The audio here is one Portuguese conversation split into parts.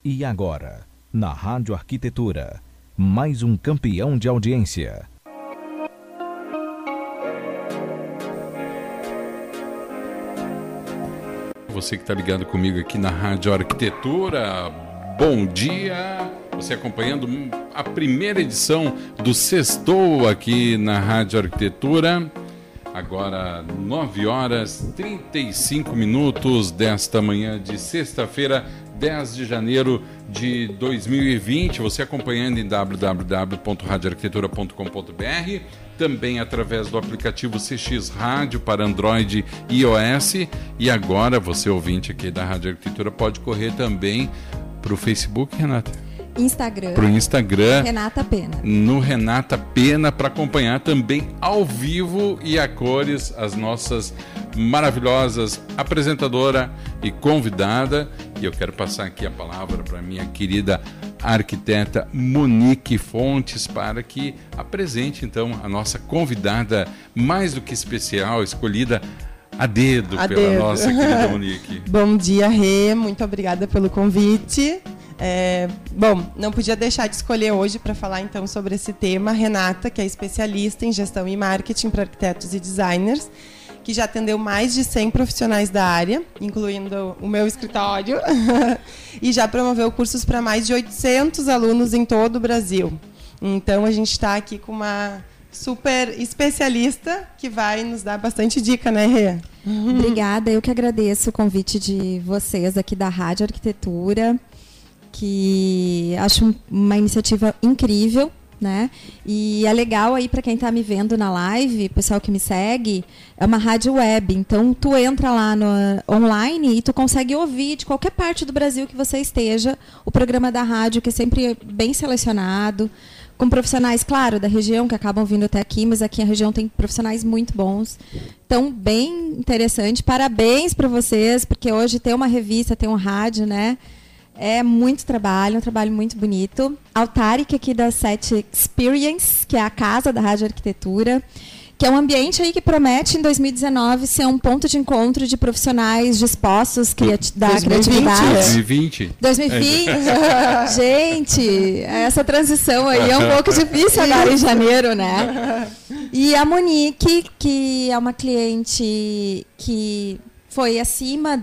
E agora, na Rádio Arquitetura, mais um campeão de audiência. Você que está ligado comigo aqui na Rádio Arquitetura, bom dia! Você acompanhando a primeira edição do Sextou aqui na Rádio Arquitetura. Agora 9h35 desta manhã de sexta-feira, 10 de janeiro de 2020. Você acompanhando em www.radioarquitetura.com.br, também através do aplicativo CX Rádio para Android e iOS. E agora você, ouvinte aqui da Rádio Arquitetura, pode correr também para o Facebook, Renata? Para o Instagram. Renata Pena. No Renata Pena, para acompanhar também ao vivo e a cores as nossas maravilhosas apresentadora e convidada. E eu quero passar aqui a palavra para minha querida arquiteta Monique Fontes para que apresente então a nossa convidada mais do que especial, escolhida a dedo pela nossa querida Monique. Bom dia, Rê. Muito obrigada pelo convite. Bom, não podia deixar de escolher hoje para falar então sobre esse tema Renata, que é especialista em gestão e marketing para arquitetos e designers, que já atendeu mais de 100 profissionais da área, incluindo o meu escritório, e já promoveu cursos para mais de 800 alunos em todo o Brasil. Então a gente está aqui com uma super especialista que vai nos dar bastante dica, né, Rê? Obrigada, eu que agradeço o convite de vocês aqui da Rádio Arquitetura, que acho uma iniciativa incrível, né? E é legal aí para quem está me vendo na live, pessoal que me segue, é uma rádio web, então tu entra lá no online e tu consegue ouvir de qualquer parte do Brasil que você esteja o programa da rádio, que é sempre bem selecionado, com profissionais, claro, da região que acabam vindo até aqui, mas aqui a região tem profissionais muito bons. Então, bem interessante. Parabéns para vocês, porque hoje tem uma revista, tem um rádio, né? É muito trabalho, um trabalho muito bonito. Altaric aqui da Set Experience, que é a casa da Rádio Arquitetura, que é um ambiente aí que promete em 2019 ser um ponto de encontro de profissionais dispostos da 2020, criatividade. 2020. Gente, essa transição aí é um pouco difícil agora em janeiro, né? E a Monique, que é uma cliente que foi acima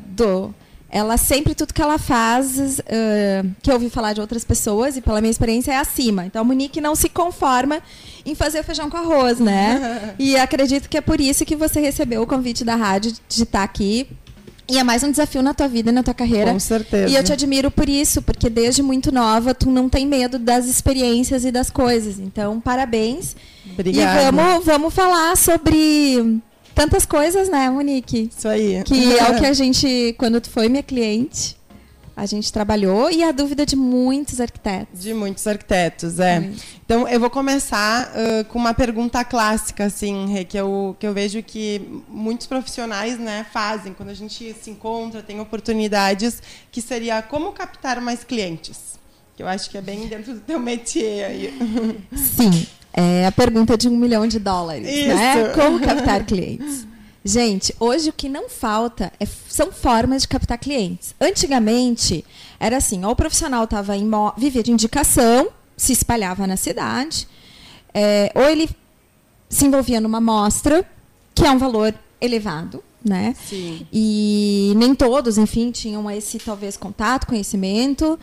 ela sempre, tudo que ela faz, que eu ouvi falar de outras pessoas, e pela minha experiência, é acima. Então, a Monique não se conforma em fazer o feijão com arroz, né? E acredito que é por isso que você recebeu o convite da rádio de estar aqui. E é mais um desafio na tua vida e na tua carreira. Com certeza. E eu te admiro por isso, porque desde muito nova, tu não tem medo das experiências e das coisas. Então, parabéns. Obrigada. E vamos falar sobre tantas coisas, né, Monique? Isso aí. Que é o que a gente, quando tu foi minha cliente, a gente trabalhou, e a dúvida de muitos arquitetos. De muitos arquitetos, é. Então, eu vou começar com uma pergunta clássica, assim, que eu vejo que muitos profissionais, né, fazem quando a gente se encontra, tem oportunidades, que seria como captar mais clientes. Que eu acho que é bem dentro do teu métier aí. Sim. É a pergunta de $1 milhão, né? Como captar clientes? Gente, hoje o que não falta são formas de captar clientes. Antigamente, era assim, ou o profissional vivia de indicação, se espalhava na cidade, ou ele se envolvia numa mostra, que é um valor elevado, né? Sim. E nem todos, enfim, tinham esse, talvez, contato, conhecimento.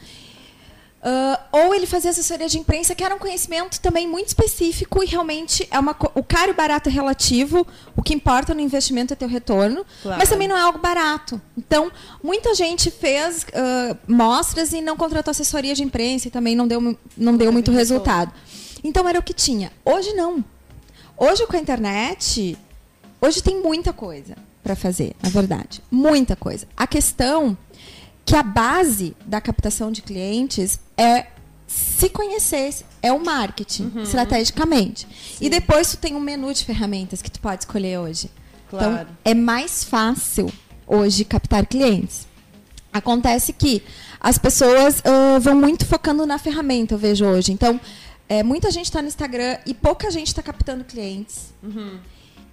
Ou ele fazia assessoria de imprensa, que era um conhecimento também muito específico, e realmente o caro e o barato é relativo, o que importa no investimento é ter o retorno, claro. Mas também não é algo barato. Então, muita gente fez mostras e não contratou assessoria de imprensa, e também não deu muito resultado. Então, era o que tinha. Hoje, não. Hoje, com a internet, hoje tem muita coisa para fazer, na verdade. Muita coisa. A questão que a base da captação de clientes é se conhecer, é o marketing, estrategicamente. Sim. E depois tu tem um menu de ferramentas que tu pode escolher hoje. Claro. Então, é mais fácil hoje captar clientes. Acontece que as pessoas vão muito focando na ferramenta, eu vejo hoje. Então, muita gente está no Instagram e pouca gente está captando clientes. E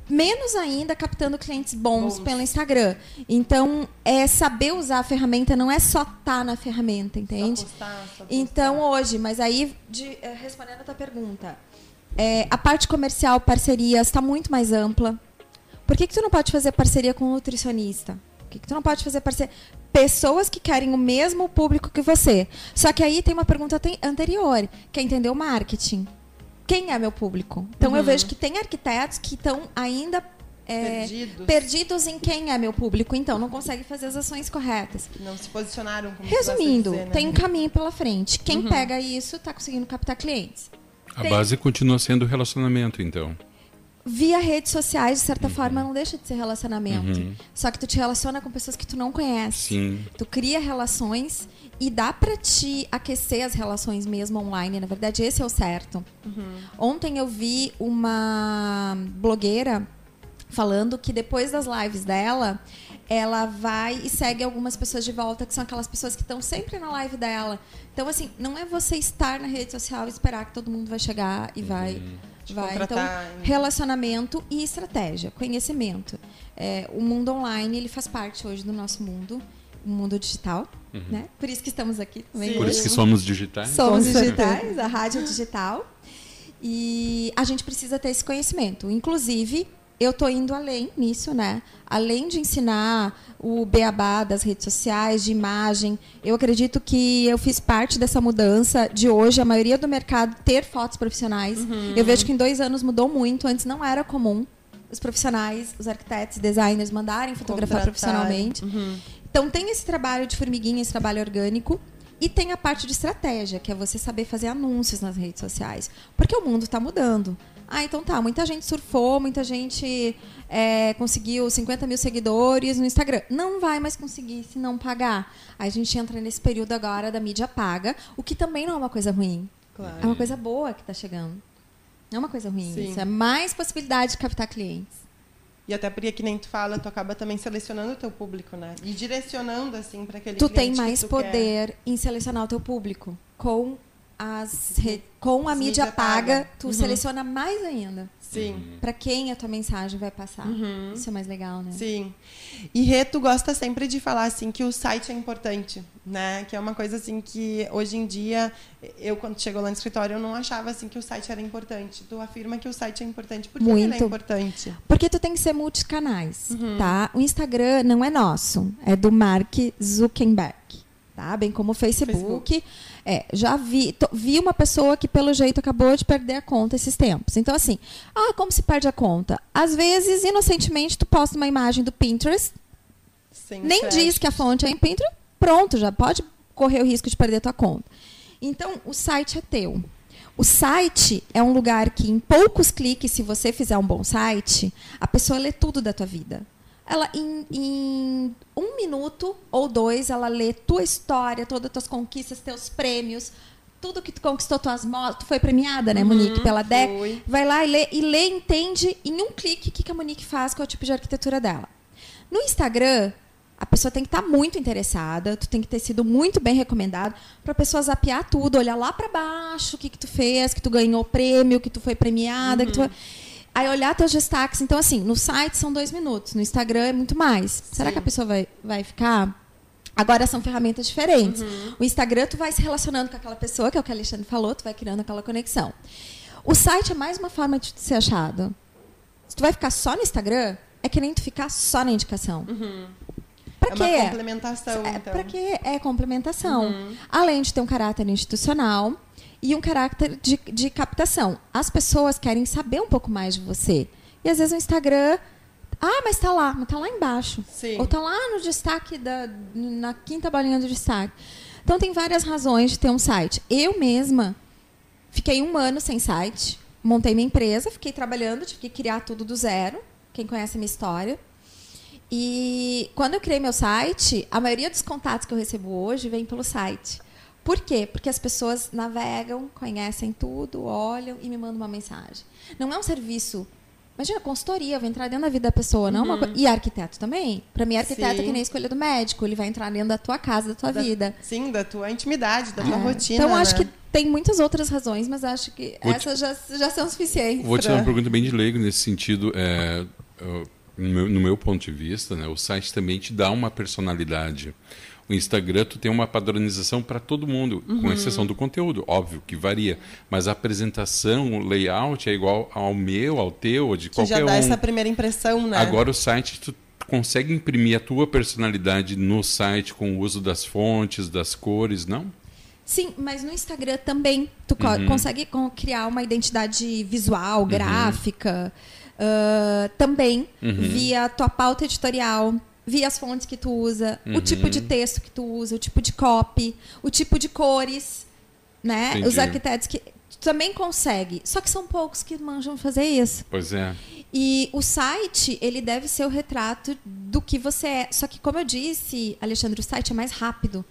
menos ainda captando clientes bons pelo Instagram. Então, saber usar a ferramenta não é só estar na ferramenta, entende? Só postar. Então, hoje, mas aí, respondendo a tua pergunta, a parte comercial, parcerias, está muito mais ampla. Por que tu não pode fazer parceria com um nutricionista? Por que tu não pode fazer parceria? Pessoas que querem o mesmo público que você. Só que aí tem uma pergunta anterior, que é entender o marketing. Quem é meu público? Então, eu vejo que tem arquitetos que estão ainda perdidos em quem é meu público. Então, não conseguem fazer as ações corretas. Não se posicionaram como Resumindo, dizer, né? tem um caminho pela frente. Quem pega isso está conseguindo captar clientes. A base continua sendo o relacionamento, então. Via redes sociais, de certa forma, não deixa de ser relacionamento. Só que tu te relaciona com pessoas que tu não conhece. Sim. Tu cria relações e dá pra te aquecer as relações mesmo online. Na verdade, esse é o certo. Ontem eu vi uma blogueira falando que depois das lives dela, ela vai e segue algumas pessoas de volta, que são aquelas pessoas que estão sempre na live dela. Então, assim, não é você estar na rede social e esperar que todo mundo vai chegar e vai. Então, relacionamento e estratégia, conhecimento. O mundo online, ele faz parte hoje do nosso mundo, o mundo digital, né? Por isso que estamos aqui também. Por isso que somos digitais. Somos digitais, a rádio é digital. E a gente precisa ter esse conhecimento. Inclusive, eu estou indo além nisso, né? Além de ensinar o beabá das redes sociais, de imagem, eu acredito que eu fiz parte dessa mudança de hoje, a maioria do mercado ter fotos profissionais. Eu vejo que em 2 anos mudou muito. Antes não era comum os profissionais, os arquitetos, designers mandarem fotografar profissionalmente. Então tem esse trabalho de formiguinha, esse trabalho orgânico. E tem a parte de estratégia, que é você saber fazer anúncios nas redes sociais. Porque o mundo está mudando. Então tá, muita gente surfou, muita gente conseguiu 50 mil seguidores no Instagram. Não vai mais conseguir se não pagar. Aí a gente entra nesse período agora da mídia paga, o que também não é uma coisa ruim. Claro. É uma coisa boa que está chegando. Não é uma coisa ruim. Sim. Isso é mais possibilidade de captar clientes. E até porque, que nem tu fala, tu acaba também selecionando o teu público, né? E direcionando, assim, para aquele Tu cliente tem mais que tu poder quer. em selecionar o teu público. Com a mídia paga, tu seleciona mais ainda. Sim. Para quem a tua mensagem vai passar. Isso é mais legal, né? Sim. E Rê, tu gosta sempre de falar assim que o site é importante, né? Que é uma coisa assim que hoje em dia, eu quando chegou lá no escritório, eu não achava assim que o site era importante. Tu afirma que o site é importante. Por que ele é importante? Porque tu tem que ser multicanais, tá? O Instagram não é nosso, é do Mark Zuckerberg, tá? Bem como o Facebook. Já vi uma pessoa que, pelo jeito, acabou de perder a conta esses tempos. Então, assim, como se perde a conta? Às vezes, inocentemente, tu posta uma imagem do Pinterest, nem diz que a fonte é em Pinterest, pronto, já pode correr o risco de perder a tua conta. Então, o site é teu. O site é um lugar que, em poucos cliques, se você fizer um bom site, a pessoa lê tudo da tua vida. Ela, em 1 minuto ou 2, ela lê tua história, todas as tuas conquistas, teus prêmios, tudo que tu conquistou, tuas motos. Tu foi premiada, né, Monique, pela DEC. Vai lá e lê, entende em 1 clique o que a Monique faz, qual é o tipo de arquitetura dela. No Instagram, a pessoa tem que estar muito interessada, tu tem que ter sido muito bem recomendado para a pessoa zapear tudo, olhar lá para baixo o que tu fez, que tu ganhou prêmio, que tu foi premiada, que tu... Aí olhar teus destaques. Então, assim, no site são 2 minutos. No Instagram é muito mais. Será que a pessoa vai ficar? Agora são ferramentas diferentes. O Instagram, tu vai se relacionando com aquela pessoa, que é o que a Alexandre falou, tu vai criando aquela conexão. O site é mais uma forma de ser achado. Se tu vai ficar só no Instagram, é que nem tu ficar só na indicação. Pra quê? É uma complementação, então. Pra quê? É complementação. Além de ter um caráter institucional e um caráter de captação. As pessoas querem saber um pouco mais de você. E às vezes o Instagram... mas tá lá embaixo. Sim. Ou tá lá no destaque, na 5ª bolinha do destaque. Então tem várias razões de ter um site. Eu mesma fiquei 1 ano sem site, montei minha empresa, fiquei trabalhando, tive que criar tudo do zero. Quem conhece a minha história. E quando eu criei meu site, a maioria dos contatos que eu recebo hoje vem pelo site. Por quê? Porque as pessoas navegam, conhecem tudo, olham e me mandam uma mensagem. Não é um serviço Imagina, consultoria, eu vou entrar dentro da vida da pessoa, não e arquiteto também. Para mim, arquiteto é que nem a escolha do médico, ele vai entrar dentro da tua casa, da tua vida. Sim, da tua intimidade, da tua rotina. Então, acho que tem muitas outras razões, mas acho que essas já são suficientes. Vou te dar uma pergunta bem de leigo nesse sentido. No meu ponto de vista, né, o site também te dá uma personalidade. O Instagram, tu tem uma padronização para todo mundo, com exceção do conteúdo, óbvio que varia, mas a apresentação, o layout é igual ao meu, ao teu, de qualquer um. Já dá essa primeira impressão, né? Agora o site, tu consegue imprimir a tua personalidade no site com o uso das fontes, das cores, não? Sim, mas no Instagram também tu consegue criar uma identidade visual, gráfica, também via tua pauta editorial, via as fontes que tu usa, o tipo de texto que tu usa, o tipo de copy, o tipo de cores, né? Entendi. Os arquitetos que tu também consegue, só que são poucos que manjam fazer isso. Pois é. E o site, ele deve ser o retrato do que você é. Só que, como eu disse, Alexandre, o site é mais rápido.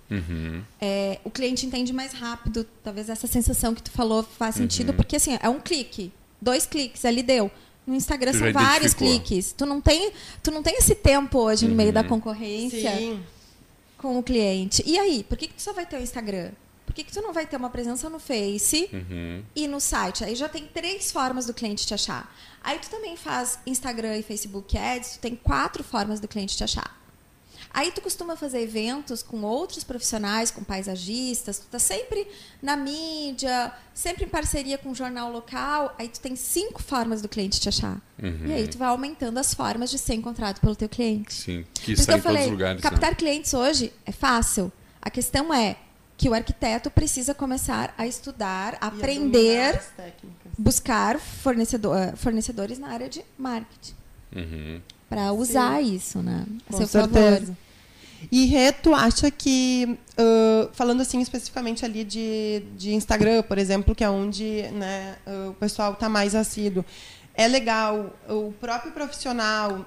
O cliente entende mais rápido. Talvez essa sensação que tu falou faz sentido, porque assim, é um clique, 2 cliques, ali deu. No Instagram Tu são já vários identificou. cliques. Tu não tem esse tempo hoje no meio da concorrência com o cliente. E aí, por que tu só vai ter o Instagram? Por que tu não vai ter uma presença no Face e no site? Aí já tem 3 formas do cliente te achar. Aí tu também faz Instagram e Facebook Ads, tu tem 4 formas do cliente te achar. Aí tu costuma fazer eventos com outros profissionais, com paisagistas, tu tá sempre na mídia, sempre em parceria com um jornal local, aí tu tem 5 formas do cliente te achar. E aí tu vai aumentando as formas de ser encontrado pelo teu cliente. Sim, que Por isso sai que em eu todos falei, os lugares. captar né? clientes hoje é fácil. A questão é que o arquiteto precisa começar a estudar, aprender, buscar fornecedores na área de marketing. Para usar isso, né? A seu favor. E Rê, tu acha que, falando assim especificamente ali de Instagram, por exemplo, que é onde, né, o pessoal está mais assíduo, é legal o próprio profissional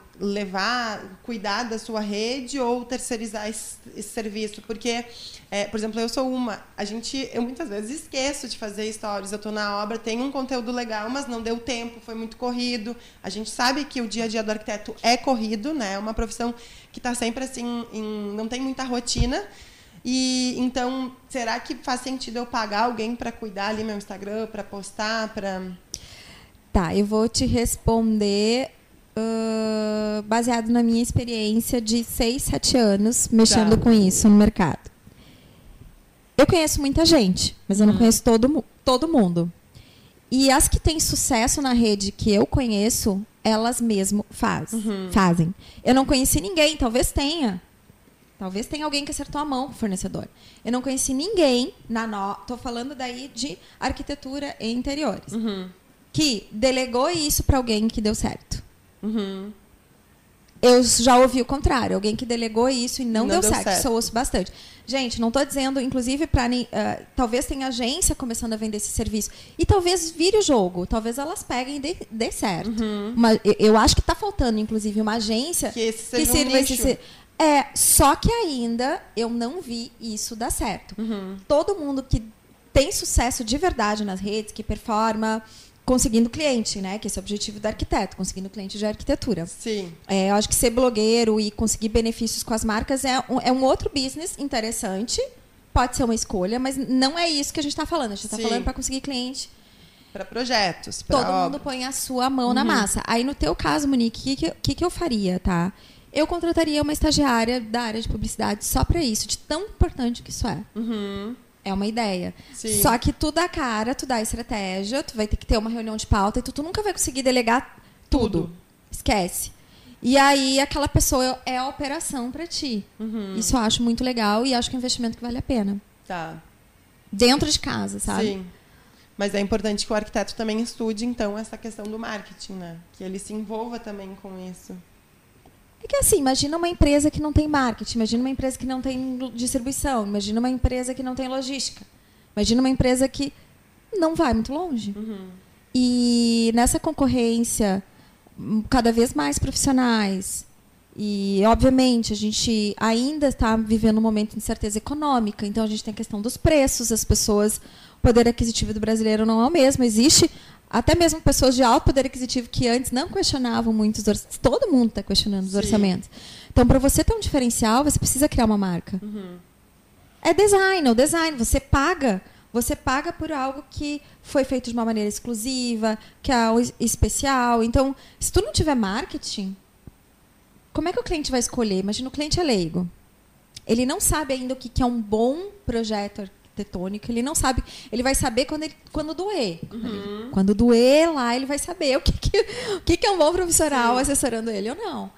cuidar da sua rede ou terceirizar esse serviço? Porque, por exemplo, eu sou eu muitas vezes esqueço de fazer stories. Eu estou na obra, tenho um conteúdo legal, mas não deu tempo, foi muito corrido. A gente sabe que o dia a dia do arquiteto é corrido, né? É uma profissão que está sempre assim, não tem muita rotina. E então, será que faz sentido eu pagar alguém para cuidar ali meu Instagram, para postar, para... Tá, eu vou te responder baseado na minha experiência de 6, 7 anos mexendo com isso no mercado. Eu conheço muita gente, mas eu não conheço todo mundo. E as que têm sucesso na rede que eu conheço, elas mesmo fazem. Eu não conheci ninguém, talvez tenha. Talvez tenha alguém que acertou a mão com o fornecedor. Eu não conheci ninguém, tô falando daí de arquitetura e interiores, que delegou isso para alguém que deu certo. Eu já ouvi o contrário, alguém que delegou isso e não deu certo. Isso eu ouço bastante. Gente, não estou dizendo, inclusive, talvez tenha agência começando a vender esse serviço. E talvez vire o jogo, talvez elas peguem e dê certo. Eu acho que está faltando, inclusive, uma agência que sirva esse... Só que ainda eu não vi isso dar certo. Todo mundo que tem sucesso de verdade nas redes, que performa... conseguindo cliente, né? Que esse é o objetivo do arquiteto, conseguindo cliente de arquitetura. Sim. Eu acho que ser blogueiro e conseguir benefícios com as marcas é um outro business interessante. Pode ser uma escolha, mas não é isso que a gente está falando. A gente está falando para conseguir cliente. Para projetos, para todo mundo põe a sua mão na massa. Aí, no teu caso, Monique, o que eu faria, tá? Eu contrataria uma estagiária da área de publicidade só para isso, de tão importante que isso é. É uma ideia. Sim. Só que tu dá cara, tu dá estratégia, tu vai ter que ter uma reunião de pauta e tu nunca vai conseguir delegar tudo. Esquece. E aí aquela pessoa é a operação para ti. Isso eu acho muito legal e acho que é um investimento que vale a pena. Tá. Dentro de casa, sabe? Sim. Mas é importante que o arquiteto também estude, então, essa questão do marketing, né? Que ele se envolva também com isso. É que assim, imagina uma empresa que não tem marketing, imagina uma empresa que não tem distribuição, imagina uma empresa que não tem logística, imagina uma empresa que não vai muito longe. E nessa concorrência, cada vez mais profissionais, e obviamente a gente ainda está vivendo um momento de incerteza econômica, então a gente tem a questão dos preços, as pessoas, o poder aquisitivo do brasileiro não é o mesmo, existe Até mesmo pessoas de alto poder aquisitivo que antes não questionavam muito os orçamentos. Todo mundo está questionando os orçamentos. Então, para você ter um diferencial, você precisa criar uma marca. É design, o design. Você paga por algo que foi feito de uma maneira exclusiva, que é algo especial. Então, se tu não tiver marketing, como é que o cliente vai escolher? Imagina, o cliente é leigo. Ele não sabe ainda o que é um bom projeto arquitetônico. Ele não sabe. Ele vai saber quando doer. Quando doer lá, ele vai saber o que é um bom profissional assessorando ele ou não.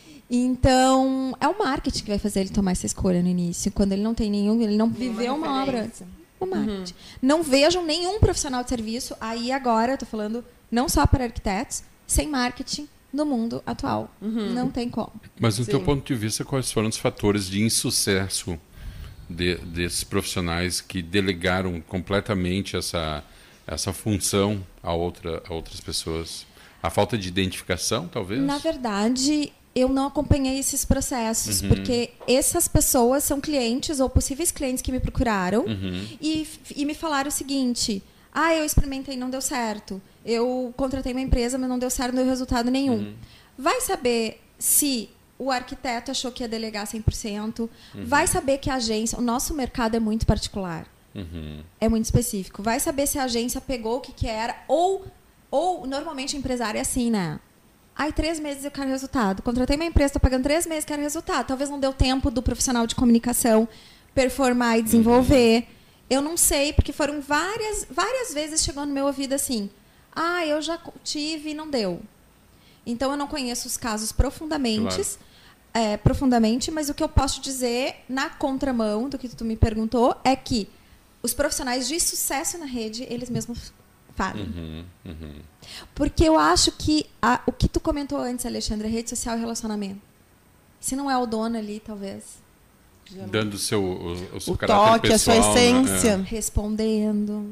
Então, é o marketing que vai fazer ele tomar essa escolha no início. Quando ele não tem ele não viveu uma obra antes. O marketing. Não vejam nenhum profissional de serviço. Aí agora, eu estou falando não só para arquitetos, sem marketing no mundo atual. Não tem como. Mas, do teu ponto de vista, quais foram os fatores de insucesso desses profissionais que delegaram completamente essa função a outras pessoas? A falta de identificação, talvez? Na verdade, eu não acompanhei esses processos, porque essas pessoas são clientes ou possíveis clientes que me procuraram e me falaram o seguinte: eu experimentei e não deu certo. Eu contratei uma empresa, mas não deu certo, não deu resultado nenhum. Vai saber se o arquiteto achou que ia delegar 100%. Vai saber que a agência... O nosso mercado é muito particular. É muito específico. Vai saber se a agência pegou o que era. Ou normalmente o empresário é assim, né? 3 meses eu quero resultado. Contratei uma empresa, estou pagando 3 meses, quero resultado. Talvez não deu tempo do profissional de comunicação performar e desenvolver. Eu não sei, porque foram várias vezes chegou no meu ouvido assim: eu já tive e não deu. Então, eu não conheço os casos profundamente, mas o que eu posso dizer, na contramão do que tu me perguntou, é que os profissionais de sucesso na rede, eles mesmos fazem. Porque eu acho que o que tu comentou antes, Alexandre, rede social e relacionamento. Se não é o dono ali, talvez. Dando o seu caráter toque, pessoal, a sua essência. Respondendo.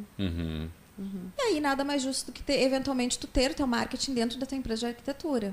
E aí, nada mais justo do que eventualmente tu ter o teu marketing dentro da tua empresa de arquitetura.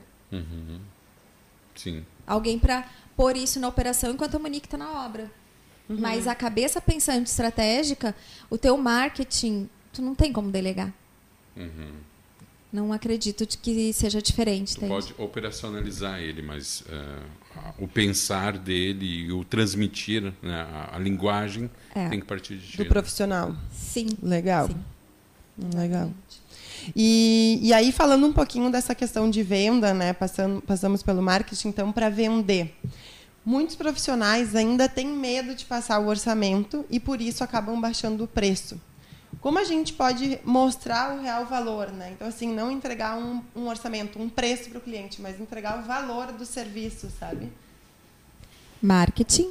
Sim. Alguém para pôr isso na operação enquanto a Monique está na obra. Mas a cabeça pensante estratégica, o teu marketing, tu não tem como delegar. Não acredito que seja diferente. Tu pode operacionalizar ele, mas o pensar dele e o transmitir, né, a linguagem tem que partir de ti. Do profissional. Sim. Legal. Sim. Legal. E aí, falando um pouquinho dessa questão de venda, né? Passamos pelo marketing, então, para vender. Muitos profissionais ainda têm medo de passar o orçamento e, por isso, acabam baixando o preço. Como a gente pode mostrar o real valor, né? Então, assim, não entregar um orçamento, um preço para o cliente, mas entregar o valor do serviço, sabe? Marketing.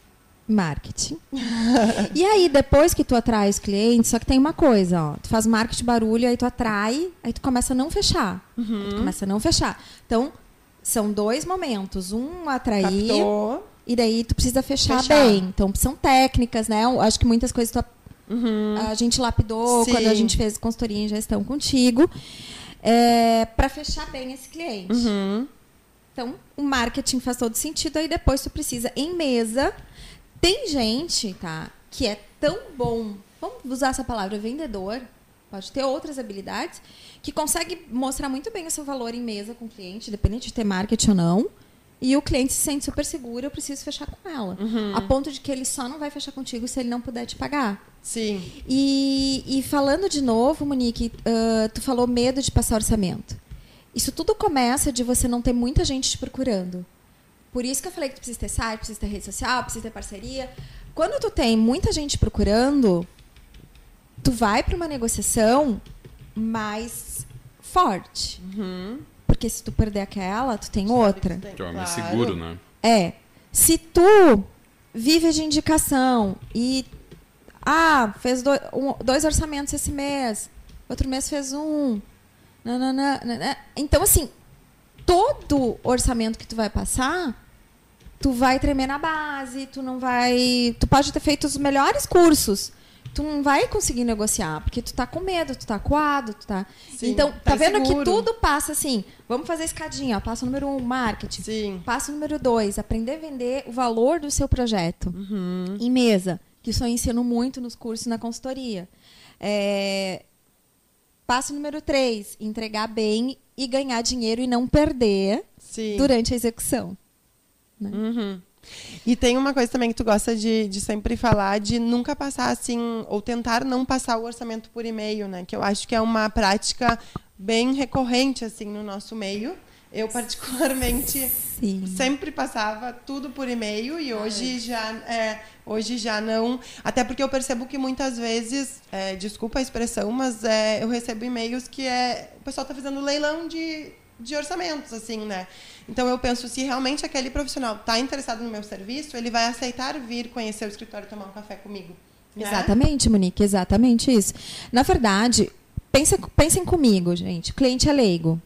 E aí, depois que tu atrai os clientes, só que tem uma coisa, ó. Tu faz marketing barulho, aí tu atrai, aí tu começa a não fechar. Então, são 2 momentos. Um, atrair. Captou. E daí tu precisa fechar bem. Então, são técnicas, né? Eu acho que muitas coisas a gente lapidou quando a gente fez consultoria em gestão contigo. Para fechar bem esse cliente. Então, o marketing faz todo sentido. Aí depois tu precisa, em mesa... Tem gente, tá, que é tão bom, vamos usar essa palavra, vendedor, pode ter outras habilidades, que consegue mostrar muito bem o seu valor em mesa com o cliente, independente de ter marketing ou não, e o cliente se sente super seguro, eu preciso fechar com ela. A ponto de que ele só não vai fechar contigo se ele não puder te pagar. Sim. E falando de novo, Monique, tu falou medo de passar orçamento. Isso tudo começa de você não ter muita gente te procurando. Por isso que eu falei que tu precisa ter site, precisa ter rede social, precisa ter parceria. Quando tu tem muita gente procurando, tu vai para uma negociação mais forte. Porque se tu perder aquela, tu tem outra. Que é mais seguro, né? Se tu vive de indicação e fez 2 orçamentos esse mês, outro mês fez um. Então, assim, todo orçamento que tu vai passar, tu vai tremer na base, tu pode ter feito os melhores cursos, tu não vai conseguir negociar, porque tu tá com medo, tu tá coado, Sim, então, tá vendo seguro. Que tudo passa assim, vamos fazer escadinha, passo número 1, marketing. Sim. Passo número 2, aprender a vender o valor do seu projeto. Em mesa, que isso eu ensino muito nos cursos na consultoria. Passo número 3, entregar bem e ganhar dinheiro e não perder durante a execução. Né? E tem uma coisa também que tu gosta de sempre falar, de nunca passar assim, ou tentar não passar o orçamento por e-mail, né? Que eu acho que é uma prática bem recorrente assim no nosso meio. Eu, particularmente, sempre passava tudo por e-mail e hoje já não. Até porque eu percebo que muitas vezes, desculpa a expressão, mas eu recebo e-mails que o pessoal está fazendo leilão de orçamentos, assim, né? Então eu penso, se realmente aquele profissional está interessado no meu serviço, ele vai aceitar vir conhecer o escritório e tomar um café comigo. Né? Exatamente, Monique, exatamente isso. Na verdade, pensem comigo, gente. O cliente é leigo.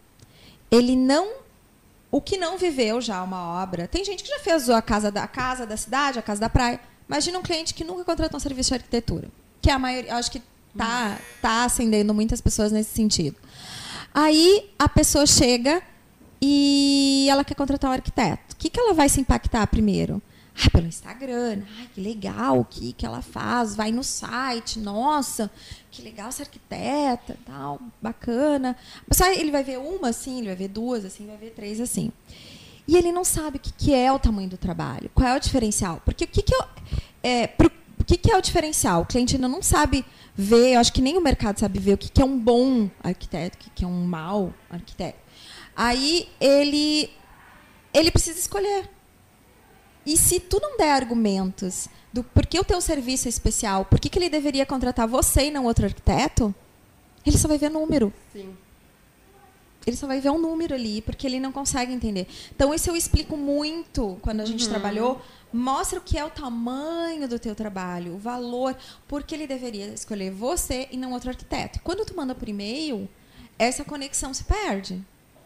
O que não viveu já uma obra. Tem gente que já fez a casa da cidade, a casa da praia. Imagina um cliente que nunca contratou um serviço de arquitetura. Que é a maioria, acho que tá acendendo muitas pessoas nesse sentido. Aí a pessoa chega e ela quer contratar um arquiteto. O que ela vai se impactar primeiro? Pelo Instagram. Que legal o que ela faz. Vai no site. Nossa, que legal essa arquiteta. Tal, bacana. Mas ele vai ver uma assim, ele vai ver duas assim, vai ver três assim. E ele não sabe o que é o tamanho do trabalho. Qual é o diferencial? Porque o que é o diferencial? O cliente ainda não sabe ver. Eu acho que nem o mercado sabe ver o que é um bom arquiteto, o que é um mau arquiteto. Aí ele precisa escolher. E se tu não der argumentos do porquê o teu serviço é especial, por que ele deveria contratar você e não outro arquiteto, ele só vai ver número. Sim. Ele só vai ver um número ali, porque ele não consegue entender. Então, isso eu explico muito quando a gente trabalhou. Mostra o que é o tamanho do teu trabalho, o valor, porque ele deveria escolher você e não outro arquiteto. Quando tu manda por e-mail, essa conexão se perde.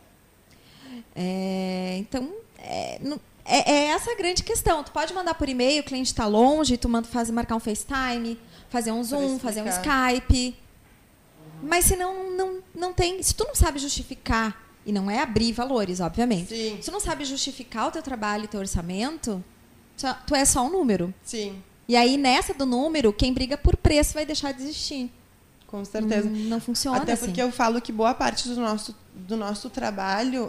Então, é essa a grande questão. Tu pode mandar por e-mail, o cliente está longe, tu marcar um FaceTime, fazer um Zoom, fazer um Skype. Mas se não tem... Se tu não sabe justificar, e não é abrir valores, obviamente. Sim. Se tu não sabe justificar o teu trabalho e teu orçamento, tu é só um número. Sim. E aí, nessa do número, quem briga por preço vai deixar de existir. Com certeza. Não funciona Até porque assim. eu falo que boa parte do nosso trabalho...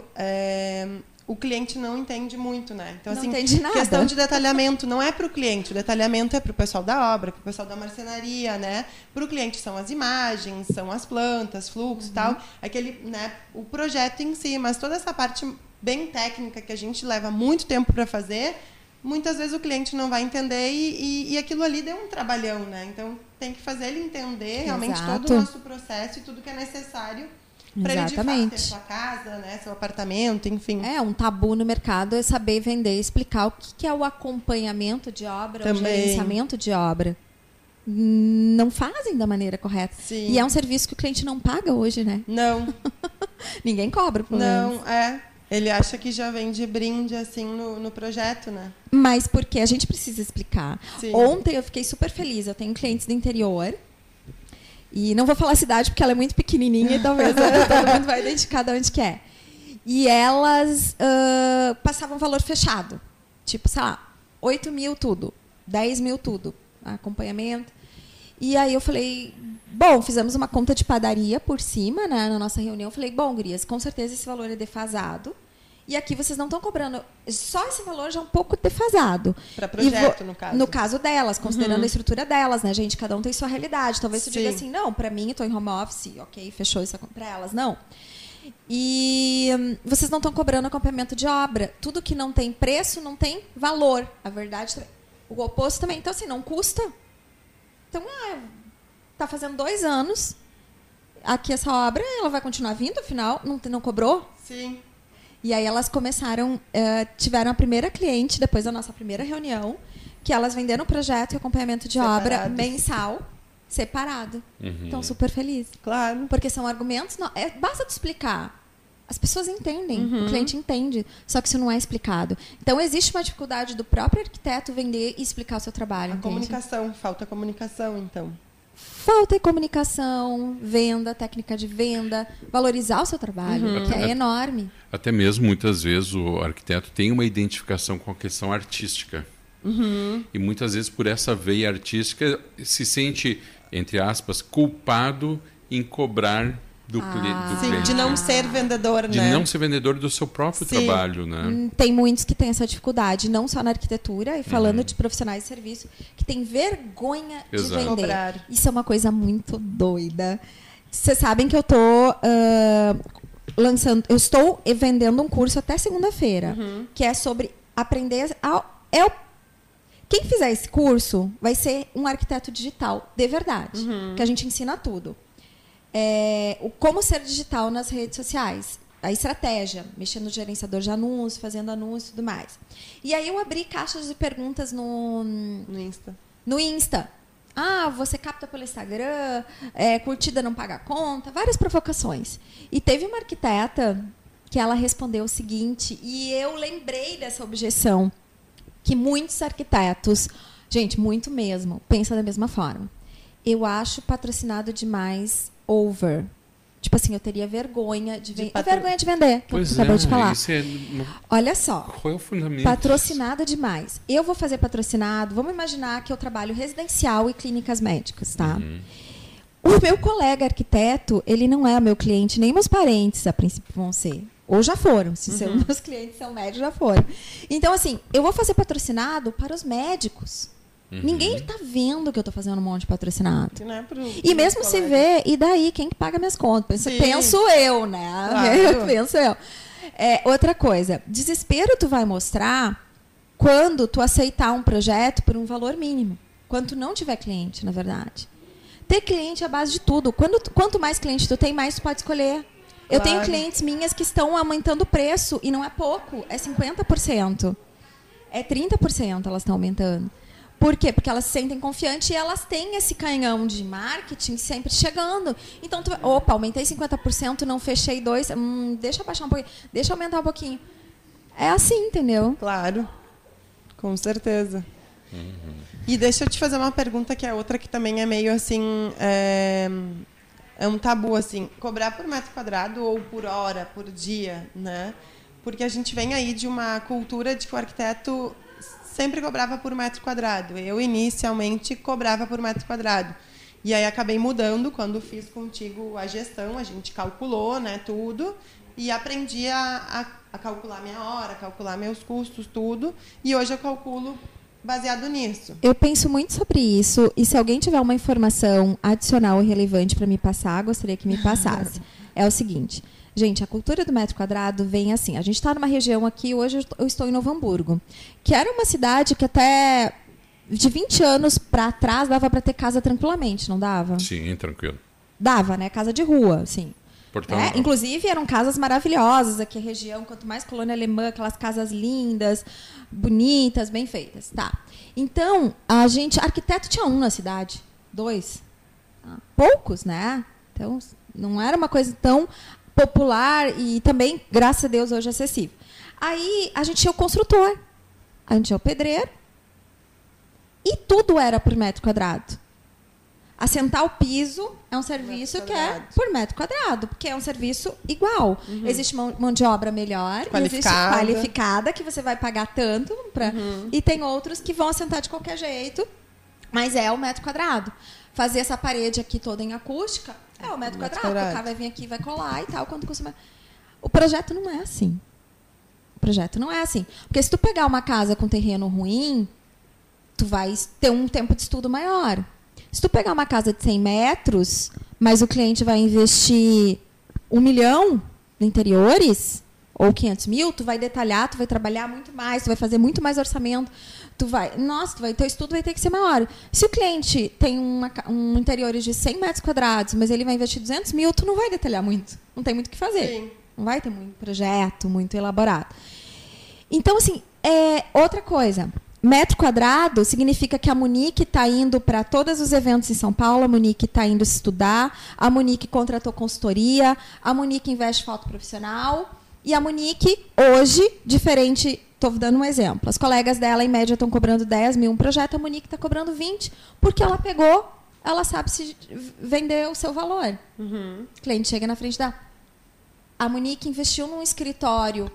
o cliente não entende muito, né? Então, não entende nada. Questão de detalhamento não é para o cliente, o detalhamento é para o pessoal da obra, para o pessoal da marcenaria, né? Para o cliente são as imagens, são as plantas, fluxo e tal, o projeto em si, mas toda essa parte bem técnica que a gente leva muito tempo para fazer, muitas vezes o cliente não vai entender e aquilo ali deu um trabalhão, né? Então, tem que fazer ele entender realmente todo o nosso processo e tudo que é necessário para ele, de fato, ter sua casa, né, seu apartamento, enfim. Um tabu no mercado é saber vender, explicar o que é o acompanhamento de obra, o gerenciamento de obra. Não fazem da maneira correta. Sim. E é um serviço que o cliente não paga hoje, né? Não. Ninguém cobra por Não, Ele acha que já vem de brinde, assim, no projeto, né? Mas porque a gente precisa explicar. Sim. Ontem eu fiquei super feliz. Eu tenho clientes do interior. E não vou falar a cidade porque ela é muito pequenininha e talvez todo mundo vai identificar de onde que é. E elas passavam valor fechado. Tipo, sei lá, 8 mil tudo, 10 mil tudo, acompanhamento. E aí eu falei, bom, fizemos uma conta de padaria por cima, né, na nossa reunião. Eu falei, bom, gurias, com certeza esse valor é defasado. E aqui vocês não estão cobrando... Só esse valor já é um pouco defasado. Para projeto, no caso. No caso delas, considerando a estrutura delas, né, gente? Cada um tem sua realidade. Talvez tu diga assim, não, para mim, eu estou em home office, ok, fechou isso para elas. Não. E vocês não estão cobrando acompanhamento de obra. Tudo que não tem preço, não tem valor. A verdade, o oposto também. Então, assim, não custa. Então, está fazendo 2 anos. Aqui essa obra, ela vai continuar vindo, afinal, não cobrou? Sim. E aí elas começaram, tiveram a primeira cliente, depois da nossa primeira reunião, que elas venderam o projeto e acompanhamento de obra mensal, separado. Estão super felizes. Claro. Porque são argumentos... basta te explicar. As pessoas entendem, o cliente entende, só que isso não é explicado. Então, existe uma dificuldade do próprio arquiteto vender e explicar o seu trabalho. Comunicação, falta comunicação, então. Falta comunicação, venda, técnica de venda, valorizar o seu trabalho, que é enorme. Até mesmo, muitas vezes, o arquiteto tem uma identificação com a questão artística. E muitas vezes, por essa veia artística, se sente, entre aspas, culpado em cobrar do Sim, cliente. de não ser vendedor, De né? não ser vendedor do seu próprio Sim. trabalho, né? Tem muitos que têm essa dificuldade, não só na arquitetura, e falando de profissionais de serviço, que tem vergonha Exato. de vender. Cobrar. Isso é uma coisa muito doida. Vocês sabem que eu estou lançando, eu estou vendendo um curso até segunda-feira, que é sobre aprender quem fizer esse curso vai ser um arquiteto digital, de verdade, que a gente ensina tudo. Como ser digital nas redes sociais, a estratégia, mexendo no gerenciador de anúncios, fazendo anúncios e tudo mais. E aí eu abri caixas de perguntas no Insta. No Insta. Você capta pelo Instagram, curtida não paga a conta, várias provocações. E teve uma arquiteta que ela respondeu o seguinte, e eu lembrei dessa objeção, que muitos arquitetos, gente, muito mesmo, pensam da mesma forma. Eu acho patrocinado demais over. Tipo assim, eu teria vergonha de vender. Vergonha de vender, que Pois eu acabei de falar. Isso é... Olha só. Qual é o fundamento? Patrocinado demais. Eu vou fazer patrocinado. Vamos imaginar que eu trabalho residencial e clínicas médicas, tá? O meu colega arquiteto, ele não é meu cliente, nem meus parentes, a princípio, vão ser. Ou já foram. Se meus clientes são médicos, já foram. Então, assim, eu vou fazer patrocinado para os médicos. Ninguém está vendo que eu estou fazendo um monte de patrocinado. Não é E mesmo se vê, e daí? Quem que paga minhas contas? Penso eu, né? Claro. Penso eu. Outra coisa, desespero tu vai mostrar quando tu aceitar um projeto por um valor mínimo. Quando tu não tiver cliente, na verdade. Ter cliente é a base de tudo. Quanto mais cliente tu tem, mais tu pode escolher. Eu tenho clientes minhas que estão aumentando o preço, e não é pouco, é 50%. É 30% elas estão aumentando. Por quê? Porque elas se sentem confiantes e elas têm esse canhão de marketing sempre chegando. Então, aumentei 50%, não fechei 2%, deixa eu baixar um pouquinho, deixa eu aumentar um pouquinho. É assim, entendeu? Claro, com certeza. E deixa eu te fazer uma pergunta, que é outra que também é meio assim, é um tabu, assim, cobrar por metro quadrado ou por hora, por dia, né? Porque a gente vem aí de uma cultura de que o arquiteto sempre cobrava por metro quadrado. Eu, inicialmente, cobrava por metro quadrado. E aí acabei mudando quando fiz contigo a gestão, a gente calculou, né, tudo, e aprendi a calcular minha hora, calcular meus custos, tudo. E hoje eu calculo baseado nisso. Eu penso muito sobre isso, e se alguém tiver uma informação adicional e relevante para me passar, gostaria que me passasse. É o seguinte... Gente, a cultura do metro quadrado vem assim. A gente está numa região aqui, hoje eu estou em Novo Hamburgo, que era uma cidade que até de 20 anos para trás dava para ter casa tranquilamente, não dava? Sim, tranquilo. Dava, né? Casa de rua, assim. Inclusive, eram casas maravilhosas aqui, a região, quanto mais colônia alemã, aquelas casas lindas, bonitas, bem feitas. Tá. Então, arquiteto tinha um na cidade, 2. Poucos, né? Então, não era uma coisa tão popular e também, graças a Deus, hoje acessível. Aí a gente tinha o construtor, a gente tinha o pedreiro, e tudo era por metro quadrado. Assentar o piso é um serviço que é por metro quadrado, porque é um serviço igual. Existe mão de obra melhor, existe qualificada, que você vai pagar tanto, e tem outros que vão assentar de qualquer jeito, mas é o metro quadrado. Fazer essa parede aqui toda em acústica é o metro quadrado. O cara vai vir aqui, vai colar e tal. Quanto custa? O projeto não é assim. Porque se tu pegar uma casa com terreno ruim, tu vai ter um tempo de estudo maior. Se tu pegar uma casa de 100 metros, mas o cliente vai investir 1 milhão em interiores, ou 500 mil, tu vai detalhar, tu vai trabalhar muito mais, tu vai fazer muito mais orçamento. Teu estudo vai ter que ser maior. Se o cliente tem um interiores de 100 metros quadrados, mas ele vai investir 200 mil, tu não vai detalhar muito. Não tem muito o que fazer. Sim. Não vai ter muito projeto, muito elaborado. Então, assim, outra coisa. Metro quadrado significa que a Munique está indo para todos os eventos em São Paulo, a Munique está indo estudar, a Munique contratou consultoria, a Munique investe foto profissional, e a Munique, hoje, diferente... Estou dando um exemplo. As colegas dela, em média, estão cobrando 10 mil um projeto, a Monique está cobrando 20, porque ela pegou, ela sabe se vender o seu valor. O cliente chega na frente da... A Monique investiu num escritório,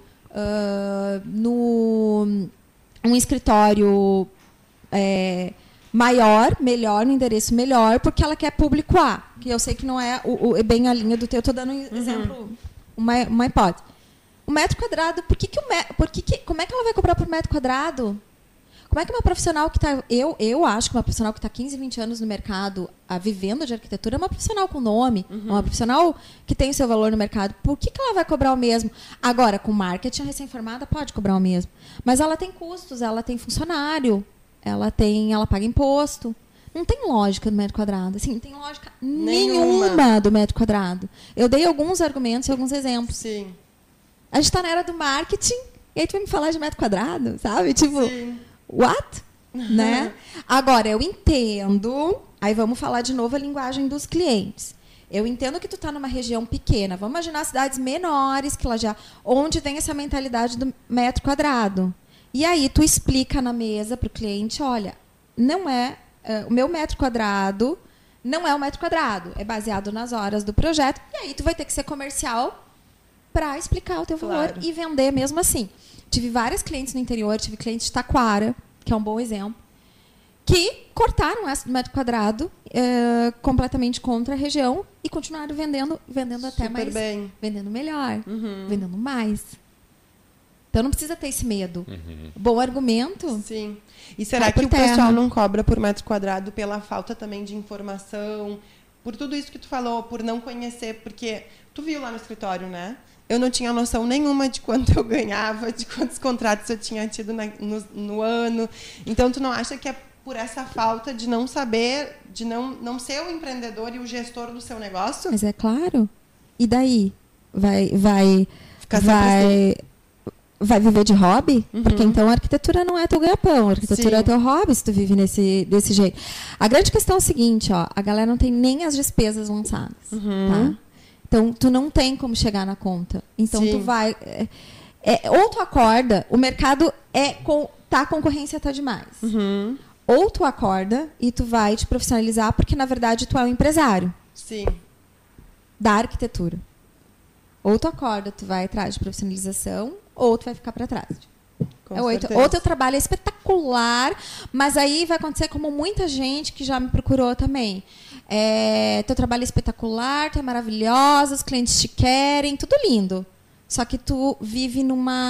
maior, melhor, no endereço melhor, porque ela quer público A, que eu sei que não é bem a linha do teu. Eu estou dando um exemplo, uma hipótese. O metro quadrado, como é que ela vai cobrar por metro quadrado? Como é que uma profissional que está... Eu acho que uma profissional que está 15, 20 anos no mercado, vivendo de arquitetura, é uma profissional com nome, uma profissional que tem o seu valor no mercado. Por que ela vai cobrar o mesmo? Agora, com marketing, a recém-formada pode cobrar o mesmo. Mas ela tem custos, ela tem funcionário, ela paga imposto. Não tem lógica do metro quadrado. Assim, não tem lógica nenhuma do metro quadrado. Eu dei alguns argumentos e alguns exemplos. Sim. A gente está na era do marketing, e aí tu vai me falar de metro quadrado, sabe? Tipo... Sim. What? Né? Agora, eu entendo... Aí vamos falar de novo a linguagem dos clientes. Eu entendo que tu está numa região pequena. Vamos imaginar cidades menores, que onde tem essa mentalidade do metro quadrado. E aí tu explica na mesa para o cliente, olha, não é... o meu metro quadrado não é o metro quadrado. É baseado nas horas do projeto. E aí tu vai ter que ser comercial para explicar o teu valor e vender mesmo assim. Tive várias clientes no interior, tive clientes de Taquara, que é um bom exemplo, que cortaram essa do metro quadrado completamente contra a região e continuaram vendendo até mais bem. Vendendo melhor, vendendo mais. Então não precisa ter esse medo. Bom argumento. Sim. E será que o pessoal não cobra por metro quadrado pela falta também de informação? Por tudo isso que tu falou, por não conhecer, porque tu viu lá no escritório, né? Eu não tinha noção nenhuma de quanto eu ganhava, de quantos contratos eu tinha tido no ano. Então, tu não acha que é por essa falta de não saber, de não ser o empreendedor e o gestor do seu negócio? Mas é claro. E daí? Vai viver de hobby? Porque então a arquitetura não é teu ganha-pão, a arquitetura é teu hobby se tu vive desse jeito. A grande questão é o seguinte, ó, a galera não tem nem as despesas lançadas. Tá? Então, tu não tem como chegar na conta. Então, tu vai... ou tu acorda, o mercado a concorrência tá demais. Ou tu acorda e tu vai te profissionalizar, porque, na verdade, tu é um empresário. Sim. Da arquitetura. Ou tu acorda, tu vai atrás de profissionalização, ou tu vai ficar para trás. Ou teu trabalho é espetacular, mas aí vai acontecer como muita gente que já me procurou também. Teu trabalho é espetacular, tu é maravilhosa, os clientes te querem, tudo lindo. Só que tu vive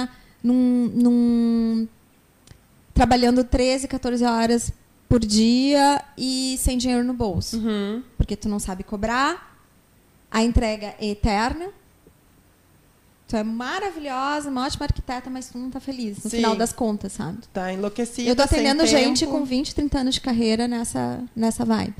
trabalhando 13, 14 horas por dia e sem dinheiro no bolso. Porque tu não sabe cobrar, a entrega é eterna. Tu é maravilhosa, uma ótima arquiteta, mas tu não tá feliz no final das contas, sabe? Tá enlouquecida. Eu tô atendendo gente com 20, 30 anos de carreira nessa vibe.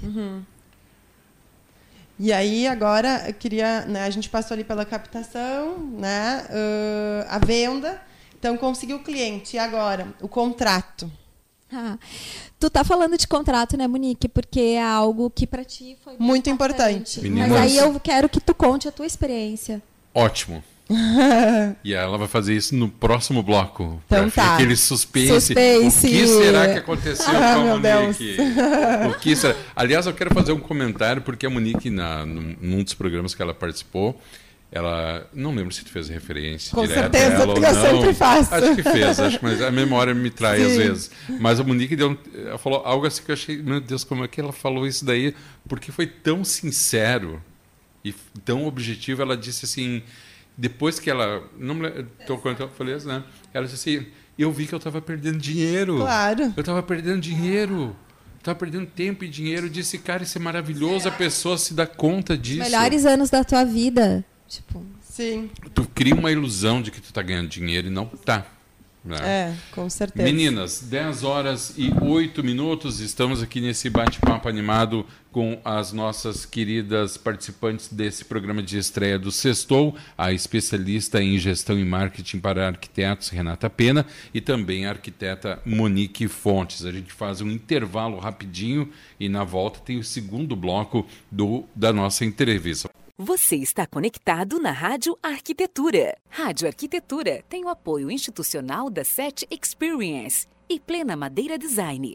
E aí, agora, eu queria... Né, a gente passou ali pela captação, né, a venda. Então, conseguiu o cliente. E agora, o contrato. Tu tá falando de contrato, né, Monique? Porque é algo que para ti foi muito importante. Mas aí eu quero que tu conte a tua experiência. Ótimo. E ela vai fazer isso no próximo bloco. Então tá. Aquele suspense. O que será que aconteceu com a Monique? O que será? Aliás, eu quero fazer um comentário, porque a Monique, num dos programas que ela participou, ela... Não lembro se tu fez referência com direta certeza, a ela ou não. Eu sempre faço. Acho que fez, mas a memória me trai às vezes. Mas a Monique ela falou algo assim que eu achei, meu Deus, como é que ela falou isso daí? Porque foi tão sincero e tão objetivo. Ela disse assim... Depois que ela... Quando eu falei isso, né? Ela disse assim, eu vi que eu estava perdendo dinheiro. Claro. Eu estava perdendo dinheiro. Estava perdendo tempo e dinheiro. Eu disse, cara, isso é maravilhoso. A pessoa se dá conta disso. Os melhores anos da tua vida. Tipo... Sim. Tu cria uma ilusão de que tu está ganhando dinheiro e não tá. Né? Com certeza. Meninas, 10h08, estamos aqui nesse bate-papo animado com as nossas queridas participantes desse programa de estreia do Sextou, a especialista em gestão e marketing para arquitetos, Renata Pena, e também a arquiteta Monique Fontes. A gente faz um intervalo rapidinho e na volta tem o segundo bloco da nossa entrevista. Você está conectado na Rádio Arquitetura. Rádio Arquitetura tem o apoio institucional da SET Experience e Plena Madeira Design.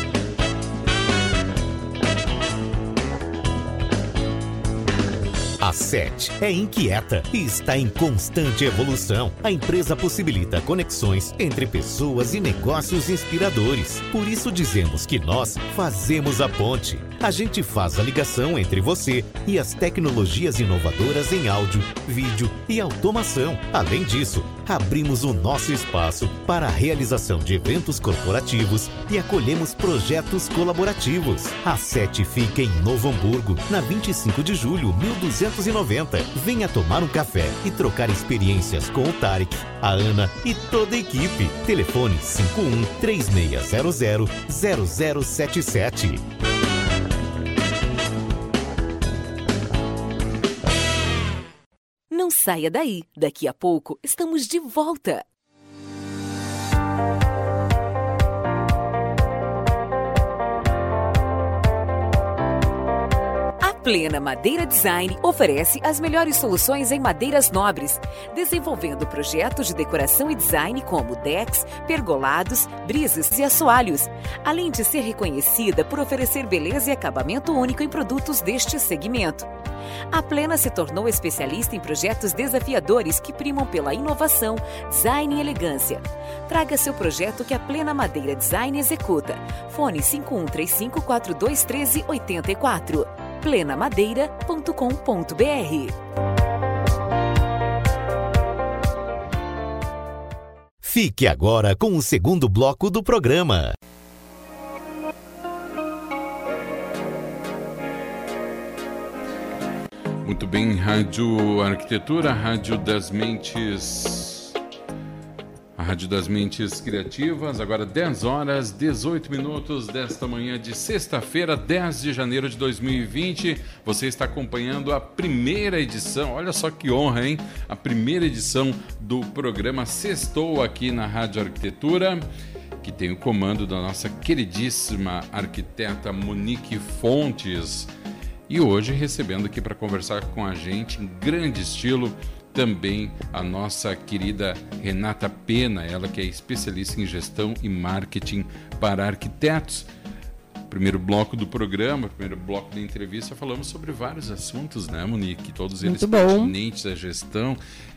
A SET é inquieta e está em constante evolução. A empresa possibilita conexões entre pessoas e negócios inspiradores. Por isso dizemos que nós fazemos a ponte. A gente faz a ligação entre você e as tecnologias inovadoras em áudio, vídeo e automação. Além disso, abrimos o nosso espaço para a realização de eventos corporativos e acolhemos projetos colaborativos. A SET fica em Novo Hamburgo, na 25 de julho, 1290. Venha tomar um café e trocar experiências com o Tarek, a Ana e toda a equipe. Telefone 51-3600-0077. Não saia daí. Daqui a pouco estamos de volta. A Plena Madeira Design oferece as melhores soluções em madeiras nobres, desenvolvendo projetos de decoração e design como decks, pergolados, brises e assoalhos, além de ser reconhecida por oferecer beleza e acabamento único em produtos deste segmento. A Plena se tornou especialista em projetos desafiadores que primam pela inovação, design e elegância. Traga seu projeto que a Plena Madeira Design executa. Fone 5135-4213-84. plenamadeira.com.br. Fique agora com o segundo bloco do programa. Muito bem, Rádio Arquitetura, Rádio das Mentes, a Rádio das Mentes Criativas, agora 10 horas, 18 minutos desta manhã de sexta-feira, 10 de janeiro de 2020. Você está acompanhando a primeira edição, olha só que honra, hein? A primeira edição do programa Sextou aqui na Rádio Arquitetura, que tem o comando da nossa queridíssima arquiteta Monique Fontes. E hoje recebendo aqui para conversar com a gente em grande estilo também a nossa querida Renata Pena, ela que é especialista em gestão e marketing para arquitetos. Primeiro bloco do programa, primeiro bloco da entrevista, falamos sobre vários assuntos, né, Monique? Todos eles pertinentes à gestão.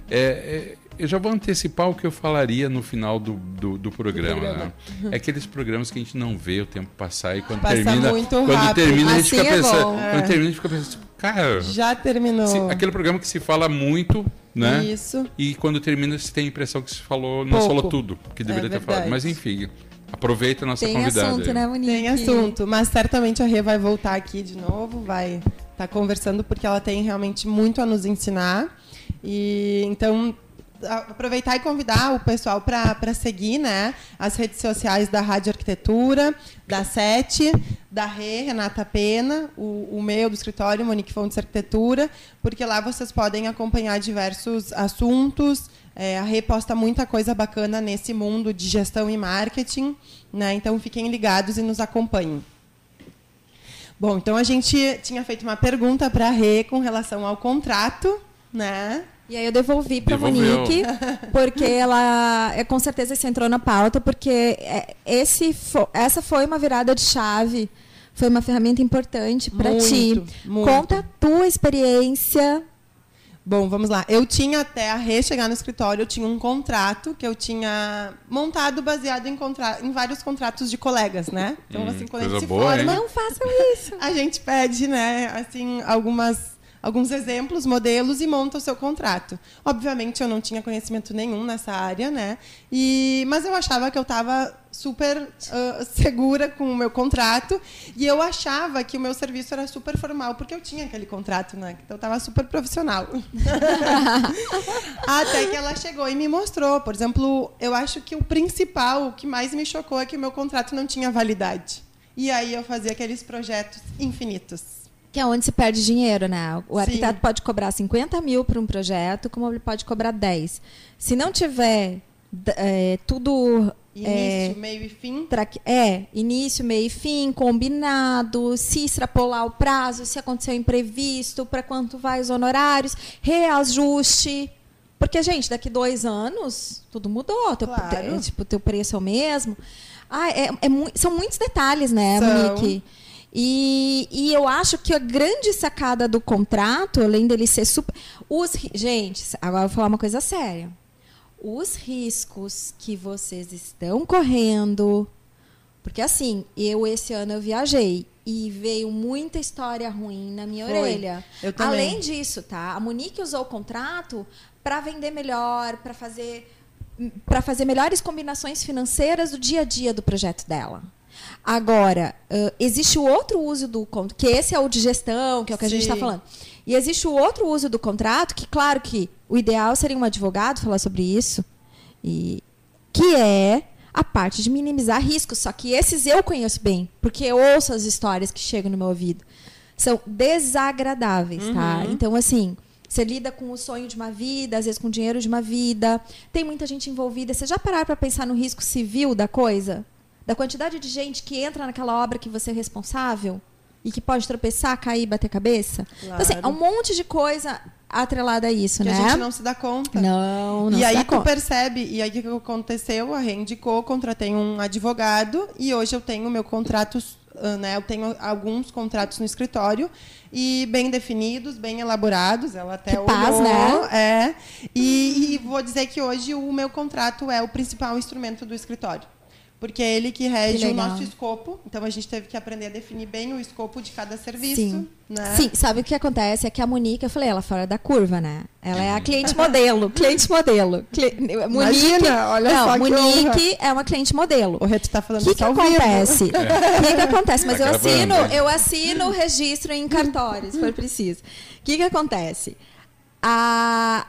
Eu já vou antecipar o que eu falaria no final do programa. Né? É aqueles programas que a gente não vê o tempo passar e quando termina a gente fica pensando, quando termina a gente fica pensando, cara, já terminou. Aquele programa que se fala muito, né? Isso. E quando termina se tem a impressão que se falou, não falou tudo que deveria ter falado. Mas enfim, aproveita a nossa convidada. Tem assunto, né, Monique? Tem assunto, mas certamente a Rê vai voltar aqui de novo, vai estar conversando porque ela tem realmente muito a nos ensinar. E então aproveitar e convidar o pessoal para seguir, né, as redes sociais da Rádio Arquitetura, da SET, da Renata Pena, o meu do escritório, Monique Fontes Arquitetura, porque lá vocês podem acompanhar diversos assuntos. A Rê posta muita coisa bacana nesse mundo de gestão e marketing, né, então fiquem ligados e nos acompanhem. Bom, então a gente tinha feito uma pergunta para a Rê com relação ao contrato, né? E aí eu devolvi para a Monique, porque ela, com certeza, isso entrou na pauta, porque essa foi uma virada de chave, foi uma ferramenta importante para ti. Muito. Conta a tua experiência. Bom, vamos lá. Eu tinha, até a Rê chegar no escritório, eu tinha um contrato que eu tinha montado baseado em vários contratos de colegas, né? Então, assim, quando a gente se forma... Não façam isso! A gente pede, né, assim, alguns exemplos, modelos e monta o seu contrato. Obviamente, eu não tinha conhecimento nenhum nessa área, né? Mas eu achava que eu estava super segura com o meu contrato e eu achava que o meu serviço era super formal, porque eu tinha aquele contrato, né? Então, eu estava super profissional. Até que ela chegou e me mostrou. Por exemplo, eu acho que o principal, o que mais me chocou é que o meu contrato não tinha validade. E aí eu fazia aqueles projetos infinitos. Que é onde se perde dinheiro, né? O arquiteto pode cobrar 50 mil para um projeto, como ele pode cobrar 10. Se não tiver tudo... Início, meio e fim? Início, meio e fim, combinado, se extrapolar o prazo, se acontecer um imprevisto, para quanto vai os honorários, reajuste. Porque, gente, daqui 2 anos, tudo mudou. Teu preço é o mesmo. São muitos detalhes, né, Monique? E eu acho que a grande sacada do contrato, além dele ser super... Gente, agora eu vou falar uma coisa séria. Os riscos que vocês estão correndo... Porque assim, esse ano eu viajei e veio muita história ruim na minha orelha. Eu também. Além disso, tá? A Monique usou o contrato para vender melhor, para fazer melhores combinações financeiras do dia a dia do projeto dela. Agora, existe o outro uso do contrato, que esse é o de gestão, que é o que a gente está falando. E existe o outro uso do contrato, que claro que o ideal seria um advogado falar sobre isso, que é a parte de minimizar riscos. Só que esses eu conheço bem, porque eu ouço as histórias que chegam no meu ouvido. São desagradáveis, tá? Então, assim, você lida com o sonho de uma vida, às vezes com o dinheiro de uma vida. Tem muita gente envolvida. Você já pararam para pensar no risco civil da coisa? Da quantidade de gente que entra naquela obra que você é responsável e que pode tropeçar, cair e bater cabeça? Claro. Então, assim, há um monte de coisa atrelada a isso, que né? a gente não se dá conta. Não e se aí dá tu conta. percebe, e aí o que aconteceu? A Rê indicou, contratei um advogado e hoje eu tenho meu contrato, né? Eu tenho alguns contratos no escritório e bem definidos, bem elaborados. Ela até Que paz, olhou, né? E vou dizer que hoje o meu contrato é o principal instrumento do escritório. Porque é ele que rege o nosso escopo. Então, a gente teve que aprender a definir bem o escopo de cada serviço. Sim. Né? Sim, sabe o que acontece? É que a Monique, eu falei, ela é fora da curva, né? Ela é a cliente modelo. Cliente modelo. Imagina, olha só que Monique é uma cliente modelo. O Reto está falando O que acontece? O que acontece? Mas Tá eu assino o registro em cartórios, se for preciso. O que acontece? A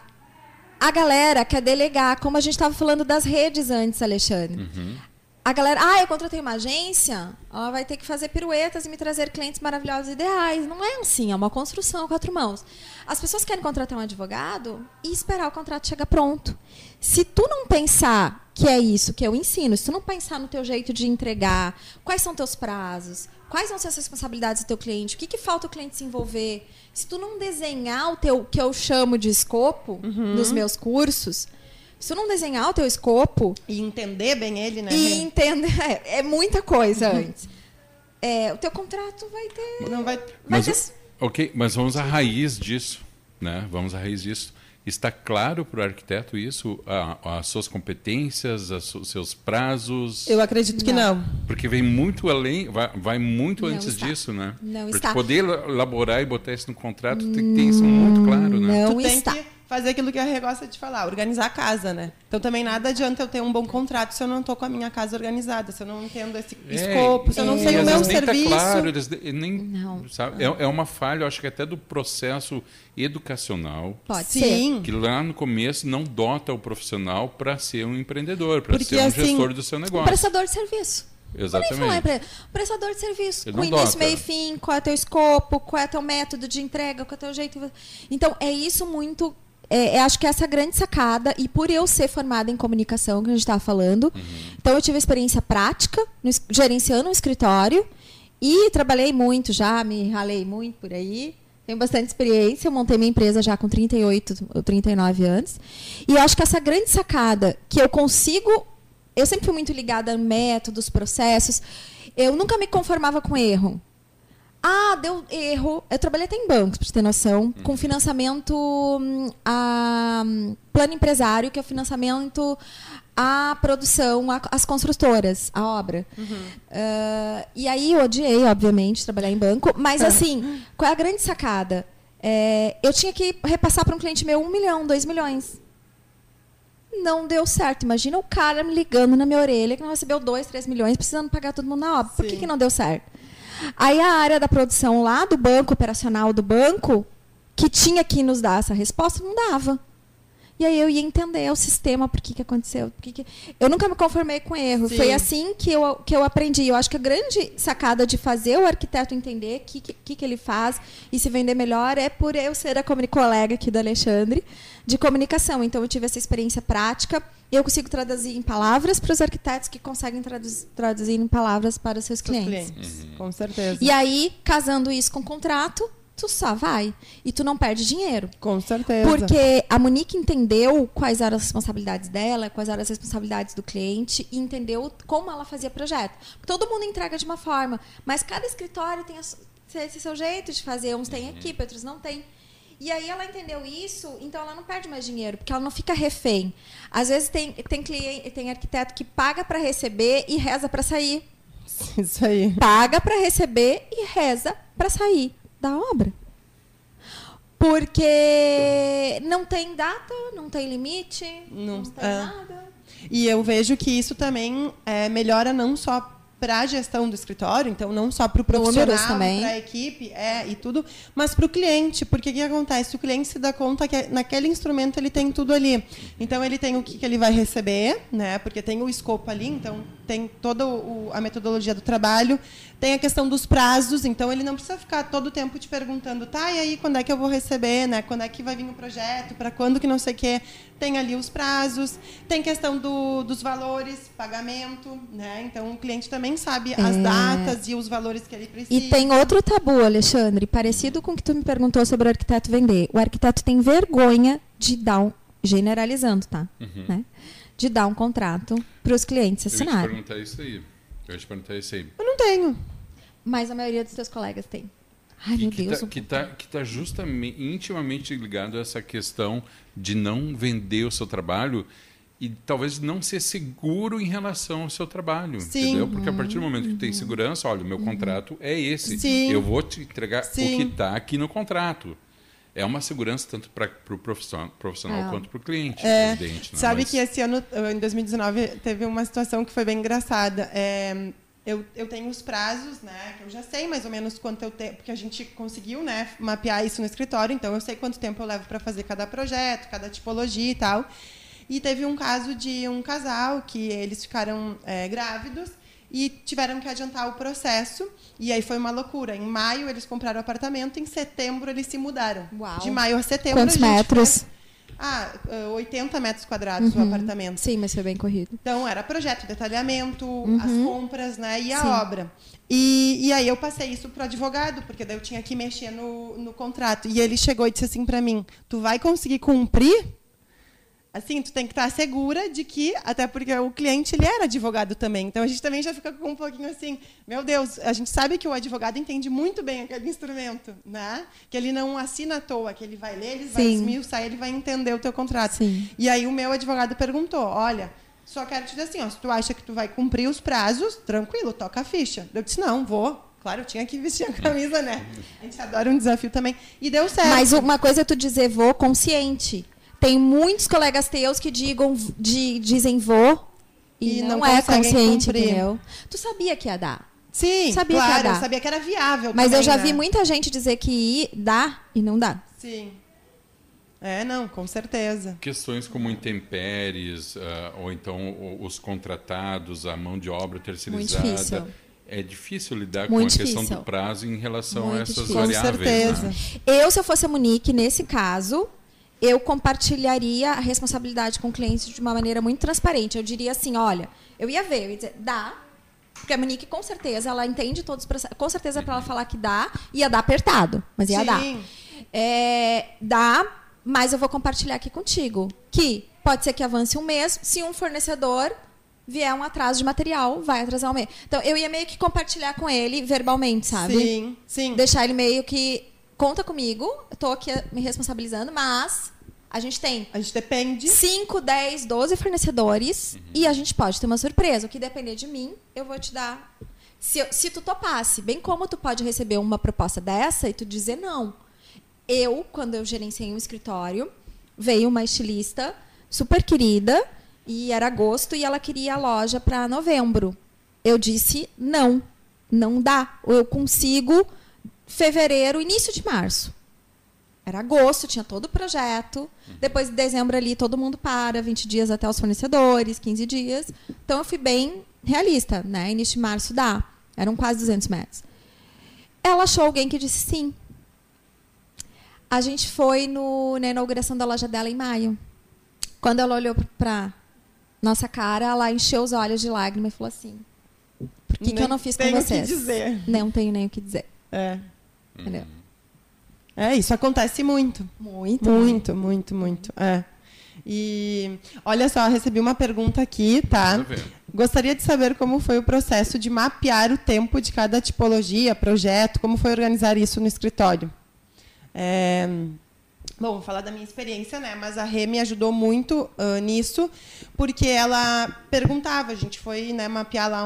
galera quer delegar, como a gente estava falando das redes antes, Alexandre. A galera, eu contratei uma agência, ela vai ter que fazer piruetas e me trazer clientes maravilhosos e ideais. Não é assim, é uma construção a 4 mãos. As pessoas querem contratar um advogado e esperar o contrato chegar pronto. Se tu não pensar que é isso que eu ensino, se tu não pensar no teu jeito de entregar, quais são teus prazos, quais vão ser as responsabilidades do teu cliente, o que falta o cliente se envolver, se tu não desenhar o teu, que eu chamo de escopo nos meus cursos, se tu não desenhar o teu escopo... E entender bem ele, né? E entender... É muita coisa antes. O teu contrato vai ter... Não vai... Ok, mas vamos à raiz disso. Né? Vamos à raiz disso. Está claro para o arquiteto isso? As suas competências, os seus prazos? Eu acredito que não. Porque vem muito além, vai muito Não antes está. disso, né? Não para está. poder elaborar e botar isso no contrato, tem que ter isso muito claro, né? Não Tu tem está. que fazer aquilo que a Rê gosta de falar, organizar a casa, né? Então também nada adianta eu ter um bom contrato se eu não estou com a minha casa organizada, se eu não entendo esse escopo, se eu não sei o meu às vezes nem serviço. tá claro, nem, Não. sabe? É uma falha, eu acho que até do processo educacional, Pode ser. Sim. que lá no começo não dota o profissional para ser um empreendedor, para Porque, ser um assim, gestor do seu Um negócio. prestador de serviço. Exatamente. Vou nem falar prestador de serviço. Ele Com não início, dota. meio e fim, qual é o teu escopo, qual é o teu método de entrega, qual é o teu jeito... Então, é isso muito... acho que essa é a grande sacada, e por eu ser formada em comunicação, que a gente estava falando, então eu tive experiência prática, gerenciando um escritório, e trabalhei muito já, me ralei muito por aí, tenho bastante experiência, eu montei minha empresa já com 38 ou 39 anos, e eu acho que essa grande sacada, que eu consigo, eu sempre fui muito ligada a métodos, processos, eu nunca me conformava com erro. Deu erro. Eu trabalhei até em bancos, para você ter noção, com financiamento a plano empresário, que é o financiamento à produção, às construtoras, à obra. E aí eu odiei, obviamente, trabalhar em banco, mas assim, qual é a grande sacada? Eu tinha que repassar para um cliente meu 1 milhão, 2 milhões. Não deu certo. Imagina o cara me ligando na minha orelha que não recebeu 2, 3 milhões, precisando pagar todo mundo na obra. Por que não deu certo? Aí a área da produção lá do banco, operacional do banco, que tinha que nos dar essa resposta, não dava. E aí eu ia entender o sistema, por que aconteceu. Eu nunca me conformei com erro. Sim. Foi assim que eu aprendi. Eu acho que a grande sacada de fazer o arquiteto entender o que ele faz e se vender melhor é por eu ser a colega aqui do Alexandre, de comunicação. Então eu tive essa experiência prática. Eu consigo traduzir em palavras para os arquitetos que conseguem traduzir em palavras para os seus clientes. Com certeza. E aí, casando isso com contrato, tu só vai. E tu não perde dinheiro. Com certeza. Porque a Monique entendeu quais eram as responsabilidades dela, quais eram as responsabilidades do cliente e entendeu como ela fazia projeto. Todo mundo entrega de uma forma, mas cada escritório tem esse seu jeito de fazer. Uns têm equipe, outros não têm. E aí ela entendeu isso, então ela não perde mais dinheiro, porque ela não fica refém. Às vezes tem arquiteto que paga para receber e reza para sair. Isso aí. Paga para receber e reza para sair da obra. Porque não tem data, não tem limite, não tem nada. E eu vejo que isso também melhora não só para a gestão do escritório, então não só para o profissional, para a equipe e tudo, mas para o cliente, porque o que acontece? O cliente se dá conta que naquele instrumento ele tem tudo ali. Então ele tem o que ele vai receber, né? Porque tem o escopo ali, então tem toda a metodologia do trabalho, tem a questão dos prazos, então ele não precisa ficar todo o tempo te perguntando, tá, e aí quando é que eu vou receber, né? Quando é que vai vir o projeto, para quando que não sei o quê. Tem ali os prazos, tem questão dos valores, pagamento, né? Então o cliente também sabe as datas e os valores que ele precisa. E tem outro tabu, Alexandre, parecido com o que tu me perguntou sobre o arquiteto vender. O arquiteto tem vergonha de dar generalizando, tá? Né? De dar um contrato para os clientes assinarem. Eu ia te perguntar isso aí. Eu não tenho. Mas a maioria dos teus colegas tem. Ai, meu Deus. Que tá justamente, intimamente ligado a essa questão de não vender o seu trabalho e talvez não ser seguro em relação ao seu trabalho. Sim. Entendeu? Porque a partir do momento que tem segurança, olha, o meu contrato é esse. Sim. Eu vou te entregar o que está aqui no contrato. É uma segurança tanto para o profissional quanto para o cliente. Presidente, né? Sabe que esse ano, em 2019, teve uma situação que foi bem engraçada. Eu tenho os prazos, né, que eu já sei mais ou menos quanto eu tenho, porque a gente conseguiu, né, mapear isso no escritório, então eu sei quanto tempo eu levo para fazer cada projeto, cada tipologia e tal. E teve um caso de um casal que eles ficaram grávidos e tiveram que adiantar o processo. E aí foi uma loucura. Em maio eles compraram o apartamento, em setembro eles se mudaram. Uau. De maio a setembro. Quantos metros? 80 metros quadrados o apartamento. Sim, mas foi bem corrido. Então, era projeto, detalhamento, as compras, né, e a obra. E aí eu passei isso para o advogado, porque daí eu tinha que mexer no contrato. E ele chegou e disse assim para mim, tu vai conseguir cumprir? Assim, tu tem que estar segura de que, até porque o cliente ele era advogado também. Então, a gente também já fica com um pouquinho assim, meu Deus, a gente sabe que o advogado entende muito bem aquele instrumento, né? Que ele não assina à toa, que ele vai ler, ele vai esmiuçar, ele vai entender o teu contrato. Sim. E aí o meu advogado perguntou, olha, só quero te dizer assim, ó, se tu acha que tu vai cumprir os prazos, tranquilo, toca a ficha. Eu disse, não, vou. Claro, eu tinha que vestir a camisa, né? A gente adora um desafio também. E deu certo. Mas uma coisa é tu dizer vou consciente. Tem muitos colegas teus que dizem vou e não é consciente, cumprir. Entendeu? Tu sabia que ia dar. Sim, sabia claro, que ia dar. Eu sabia que era viável. Mas também, eu já né? vi muita gente dizer que dá e não dá. Sim. Não, com certeza. Questões como intempéries, ou então os contratados, a mão de obra terceirizada. Muito difícil. É difícil lidar Muito com a questão difícil. do prazo em relação Muito a essas difícil. variáveis. Com certeza. Né? Se eu fosse a Monique, nesse caso, eu compartilharia a responsabilidade com o cliente de uma maneira muito transparente. Eu diria assim, olha, eu ia dizer, dá, porque a Monique, com certeza, ela entende todos os processos. Com certeza, para ela falar que dá, ia dar apertado, mas ia dar. Dá, mas eu vou compartilhar aqui contigo, que pode ser que avance um mês, se um fornecedor vier um atraso de material, vai atrasar um mês. Então, eu ia meio que compartilhar com ele verbalmente, sabe? Sim, sim. Deixar ele meio que, conta comigo, eu tô aqui me responsabilizando, mas a gente depende. 5, 10, 12 fornecedores e a gente pode ter uma surpresa. O que depender de mim, eu vou te dar. Se tu topasse, bem como tu pode receber uma proposta dessa e tu dizer não. Quando eu gerenciei um escritório, veio uma estilista super querida, e era agosto, e ela queria a loja para novembro. Eu disse, não dá. Eu consigo fevereiro, início de março. Era agosto, tinha todo o projeto. Depois de dezembro ali, todo mundo 20 dias até os fornecedores, 15 dias. Então, eu fui bem realista, né? Início de março dá. Eram quase 200 metros. Ela achou alguém que disse sim. A gente foi na inauguração da loja dela em maio. Quando ela olhou para nossa cara, ela encheu os olhos de lágrima e falou assim, por que eu não fiz com vocês? Não tenho o que dizer. Não tenho nem o que dizer. Entendeu? Isso acontece muito. Muito. Muito. E olha só, recebi uma pergunta aqui, tá? Gostaria de saber como foi o processo de mapear o tempo de cada tipologia, projeto, como foi organizar isso no escritório. Bom, vou falar da minha experiência, né? Mas a Rê me ajudou muito nisso, porque ela perguntava, a gente foi, né, mapear lá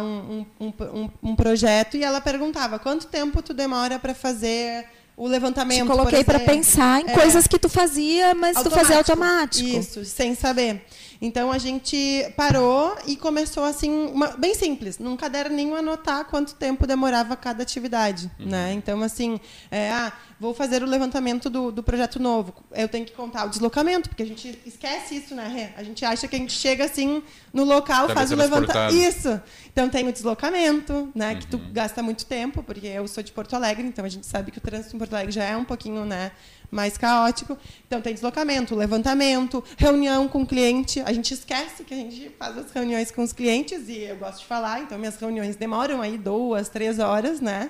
um projeto, e ela perguntava, quanto tempo tu demora para fazer o levantamento? Te coloquei para pensar em coisas que tu fazia, mas tu fazia automático. Isso, sem saber. Então, a gente parou e começou, assim, bem simples, num caderninho anotar quanto tempo demorava cada atividade. Né? Então, assim, vou fazer o levantamento do projeto novo. Eu tenho que contar o deslocamento, porque a gente esquece isso, né, Rê? A gente acha que a gente chega, assim, no local, faz o levantamento. Isso! Então, tem o deslocamento, né, que tu gasta muito tempo, porque eu sou de Porto Alegre, então a gente sabe que o trânsito em Porto Alegre já é um pouquinho, né, mais caótico. Então, tem deslocamento, levantamento, reunião com o cliente. A gente esquece que a gente faz as reuniões com os clientes, e eu gosto de falar, então minhas reuniões demoram aí 2, 3 horas, né?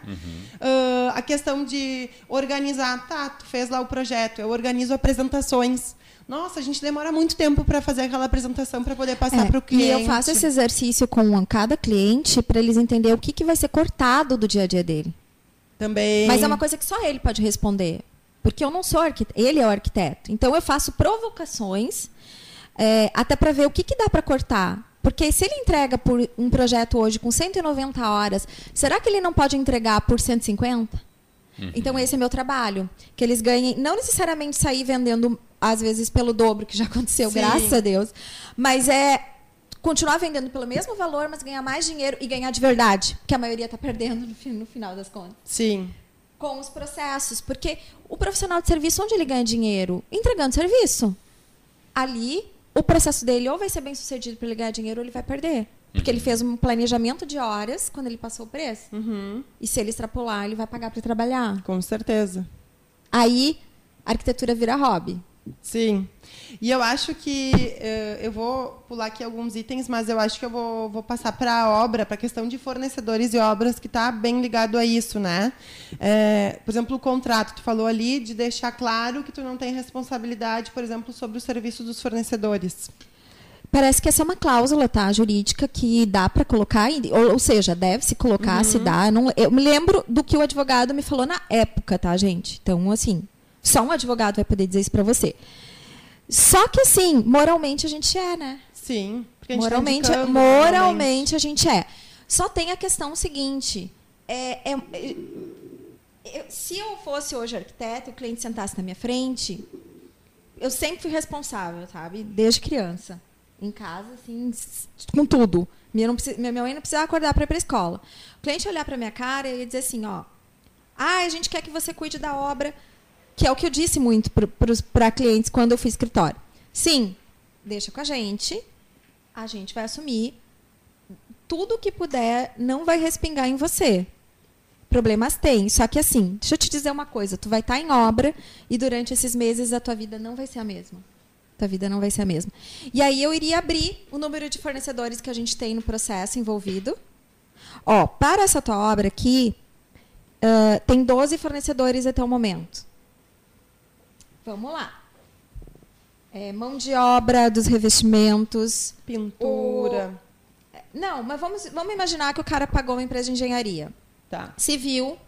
A questão de organizar, tu fez lá o projeto, eu organizo apresentações. Nossa, a gente demora muito tempo para fazer aquela apresentação para poder passar para o cliente. E eu faço esse exercício com cada cliente para eles entenderem o que vai ser cortado do dia a dia dele. Também. Mas é uma coisa que só ele pode responder. Porque eu não sou arquiteto, ele é o arquiteto. Então, eu faço provocações até para ver o que dá para cortar. Porque se ele entrega por um projeto hoje com 190 horas, será que ele não pode entregar por 150? Então, esse é meu trabalho. Que eles ganhem, não necessariamente sair vendendo, às vezes, pelo dobro, que já aconteceu, graças a Deus. Mas continuar vendendo pelo mesmo valor, mas ganhar mais dinheiro e ganhar de verdade. Que a maioria está perdendo no final das contas. Sim. Com os processos, porque o profissional de serviço, onde ele ganha dinheiro? Entregando serviço. Ali, o processo dele ou vai ser bem sucedido para ele ganhar dinheiro ou ele vai perder. Porque ele fez um planejamento de horas quando ele passou o preço. E se ele extrapolar, ele vai pagar para trabalhar. Com certeza. Aí, a arquitetura vira hobby. Sim. E eu acho que eu vou pular aqui alguns itens, mas eu acho que eu vou passar para a obra, para a questão de fornecedores e obras, que está bem ligado a isso, né? Por exemplo, o contrato, tu falou ali de deixar claro que tu não tem responsabilidade, por exemplo, sobre o serviço dos fornecedores. Parece que essa é uma cláusula, tá, jurídica, que dá para colocar, ou seja, deve-se colocar, se dá. Eu me lembro do que o advogado me falou na época, tá, gente? Então, assim, só um advogado vai poder dizer isso para você. Só que, assim, moralmente a gente né? Sim. Porque a gente moralmente a gente Só tem a questão seguinte. Se eu fosse hoje arquiteta e o cliente sentasse na minha frente, eu sempre fui responsável, sabe? Desde criança. Em casa, assim, com tudo. Minha mãe não precisava acordar para ir para a escola. O cliente olhar para minha cara e ia dizer assim, a gente quer que você cuide da obra, que é o que eu disse muito para clientes quando eu fui escritório. Sim, deixa com a gente vai assumir tudo que puder, não vai respingar em você. Problemas tem, só que assim, deixa eu te dizer uma coisa, tu vai estar em obra e durante esses meses a tua vida não vai ser a mesma. Tua vida não vai ser a mesma. E aí eu iria abrir o número de fornecedores que a gente tem no processo envolvido. Para essa tua obra aqui, tem 12 fornecedores até o momento. Vamos lá. Mão de obra dos revestimentos. Pintura. Não, mas vamos imaginar que o cara pagou uma empresa de engenharia. Tá. Civil.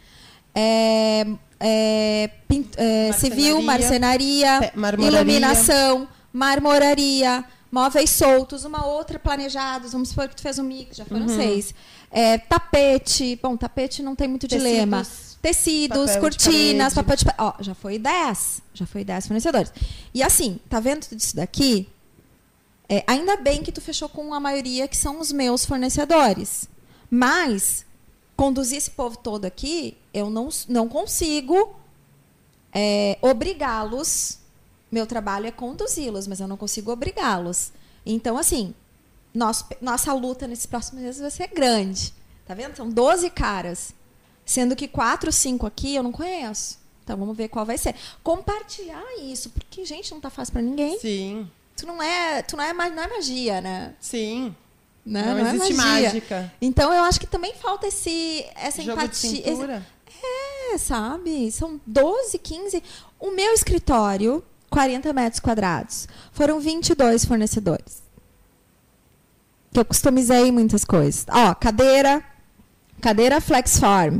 Civil, marcenaria, iluminação, marmoraria, móveis soltos, uma outra planejados, vamos supor que tu fez um mix, já foram 6. Tapete, bom, tapete não tem muito dilema. Tecidos, cortinas, papel de parede. Já foi 10. Já foi 10 fornecedores. E assim, tá vendo tudo isso daqui? Ainda bem que tu fechou com a maioria que são os meus fornecedores. Mas conduzir esse povo todo aqui, eu não consigo obrigá-los. Meu trabalho é conduzi-los, mas eu não consigo obrigá-los. Então, assim, nossa luta nesses próximos meses vai ser grande. Tá vendo? São 12 caras. Sendo que 4, 5 aqui eu não conheço. Então, vamos ver qual vai ser. Compartilhar isso, porque, gente, não tá fácil para ninguém. Sim. Não é magia, né? Sim. Não existe magia. mágica. Então, eu acho que também falta essa jogo empatia. De cintura. sabe? São 12, 15. O meu escritório, 40 metros quadrados, foram 22 fornecedores. Que eu customizei muitas coisas. Ó, cadeira Flexform,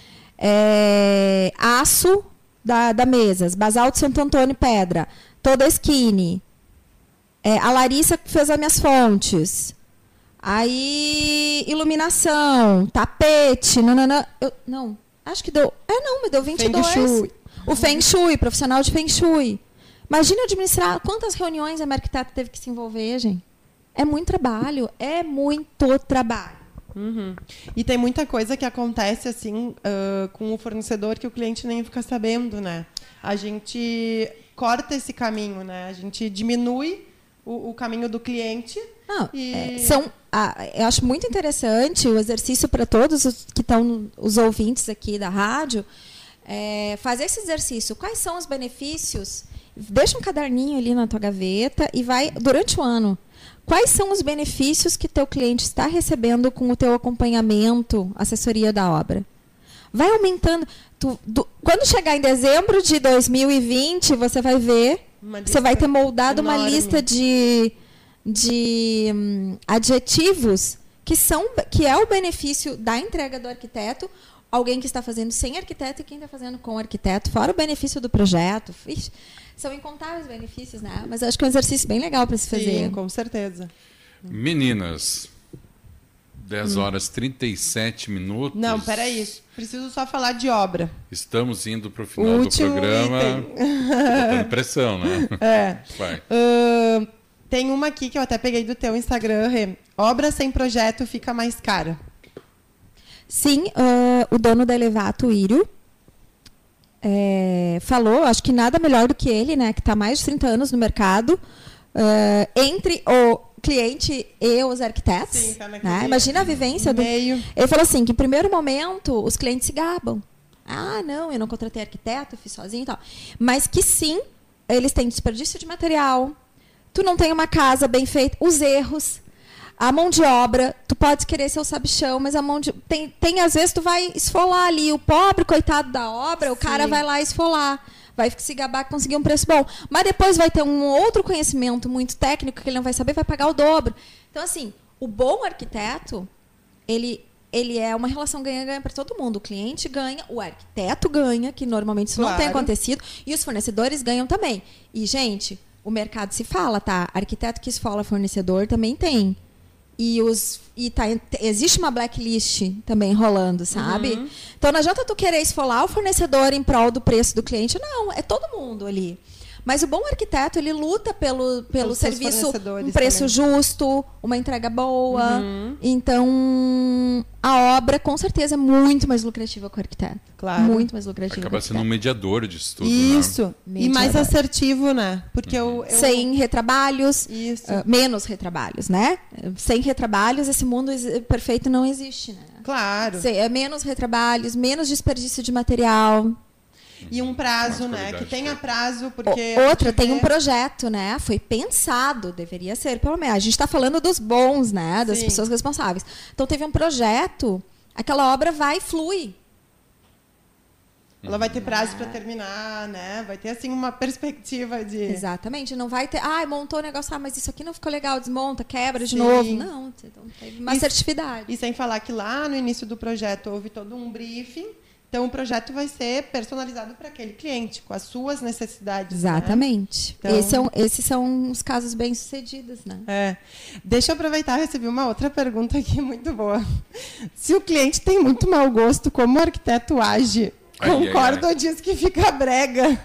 aço da mesa, basalto Santo Antônio Pedra, toda skinny. A Larissa fez as minhas fontes. Aí, iluminação, tapete, nananã. Não, acho que deu... me deu 22. Feng Shui. O Feng Shui, profissional de Feng Shui. Imagina administrar quantas reuniões a minha arquiteta teve que se envolver, gente. É muito trabalho, Uhum. E tem muita coisa que acontece assim com o fornecedor que o cliente nem fica sabendo, né? A gente corta esse caminho, né? A gente diminui o caminho do cliente. Não, eu acho muito interessante o exercício para todos os que estão, os ouvintes aqui da rádio, fazer esse exercício. Quais são os benefícios? Deixa um caderninho ali na tua gaveta e vai, durante o ano, quais são os benefícios que teu cliente está recebendo com o teu acompanhamento, assessoria da obra? Vai aumentando. Quando chegar em dezembro de 2020, você vai ver, você vai ter moldado enorme. Uma lista de adjetivos que é o benefício da entrega do arquiteto, alguém que está fazendo sem arquiteto e quem está fazendo com arquiteto, fora o benefício do projeto. Ixi, são incontáveis benefícios, né? Mas eu acho que é um exercício bem legal para se fazer. Sim, com certeza. Meninas, 10 horas 37 minutos. Não, peraí. Preciso só falar de obra. Estamos indo para o final do programa. Botando pressão, né? Vai. Tem uma aqui que eu até peguei do teu Instagram, Rê. Obra sem projeto fica mais cara. Sim, o dono da Elevato, o Írio, falou, acho que nada melhor do que ele, né, que está há mais de 30 anos no mercado, entre o cliente e os arquitetos. Sim, tá, né? Imagina a vivência do... Ele falou assim, que em primeiro momento os clientes se gabam. Ah, não, eu não contratei arquiteto, eu fiz sozinho e tal. Mas que sim, eles têm desperdício de material, tu não tem uma casa bem feita, os erros, a mão de obra, tu pode querer ser o sabichão, mas a mão de... Tem às vezes, tu vai esfolar ali, o pobre, coitado da obra, o cara vai lá esfolar, vai se gabar, conseguir um preço bom. Mas depois vai ter um outro conhecimento muito técnico que ele não vai saber, vai pagar o dobro. Então, assim, o bom arquiteto, ele é uma relação ganha-ganha para todo mundo. O cliente ganha, o arquiteto ganha, que normalmente isso não tem acontecido, e os fornecedores ganham também. E, gente, o mercado se fala, tá? Arquiteto que esfola fornecedor também tem. Existe uma blacklist também rolando, sabe? Uhum. Então não adianta tu querer esfolar o fornecedor em prol do preço do cliente. Não, é todo mundo ali. Mas o bom arquiteto, ele luta pelo serviço, um preço justo, uma entrega boa. Uhum. Então, a obra, com certeza, é muito mais lucrativa com o arquiteto. Claro. Muito mais lucrativa. Acaba sendo um mediador disso tudo. Isso. Né? E mais assertivo, né? Porque sem retrabalhos, menos retrabalhos, né? Sem retrabalhos, esse mundo perfeito não existe, né? Claro. Menos retrabalhos, menos desperdício de material. E um prazo, né? Que tenha prazo, porque... tem um projeto, né? Foi pensado, deveria ser, pelo menos. A gente está falando dos bons, né? Das pessoas responsáveis. Então, teve um projeto, aquela obra flui. Ela vai ter prazo para terminar, né? Vai ter, assim, uma perspectiva de... Exatamente. Não vai ter... montou o negócio, mas isso aqui não ficou legal, desmonta, quebra de novo. Não, então, teve uma assertividade. E sem falar que lá no início do projeto houve todo um briefing. Então, o projeto vai ser personalizado para aquele cliente, com as suas necessidades. Exatamente. Né? Então, esses são os casos bem-sucedidos, né? Deixa eu aproveitar e receber uma outra pergunta aqui muito boa. Se o cliente tem muito mau gosto, como o arquiteto age? Concorda ou diz que fica brega?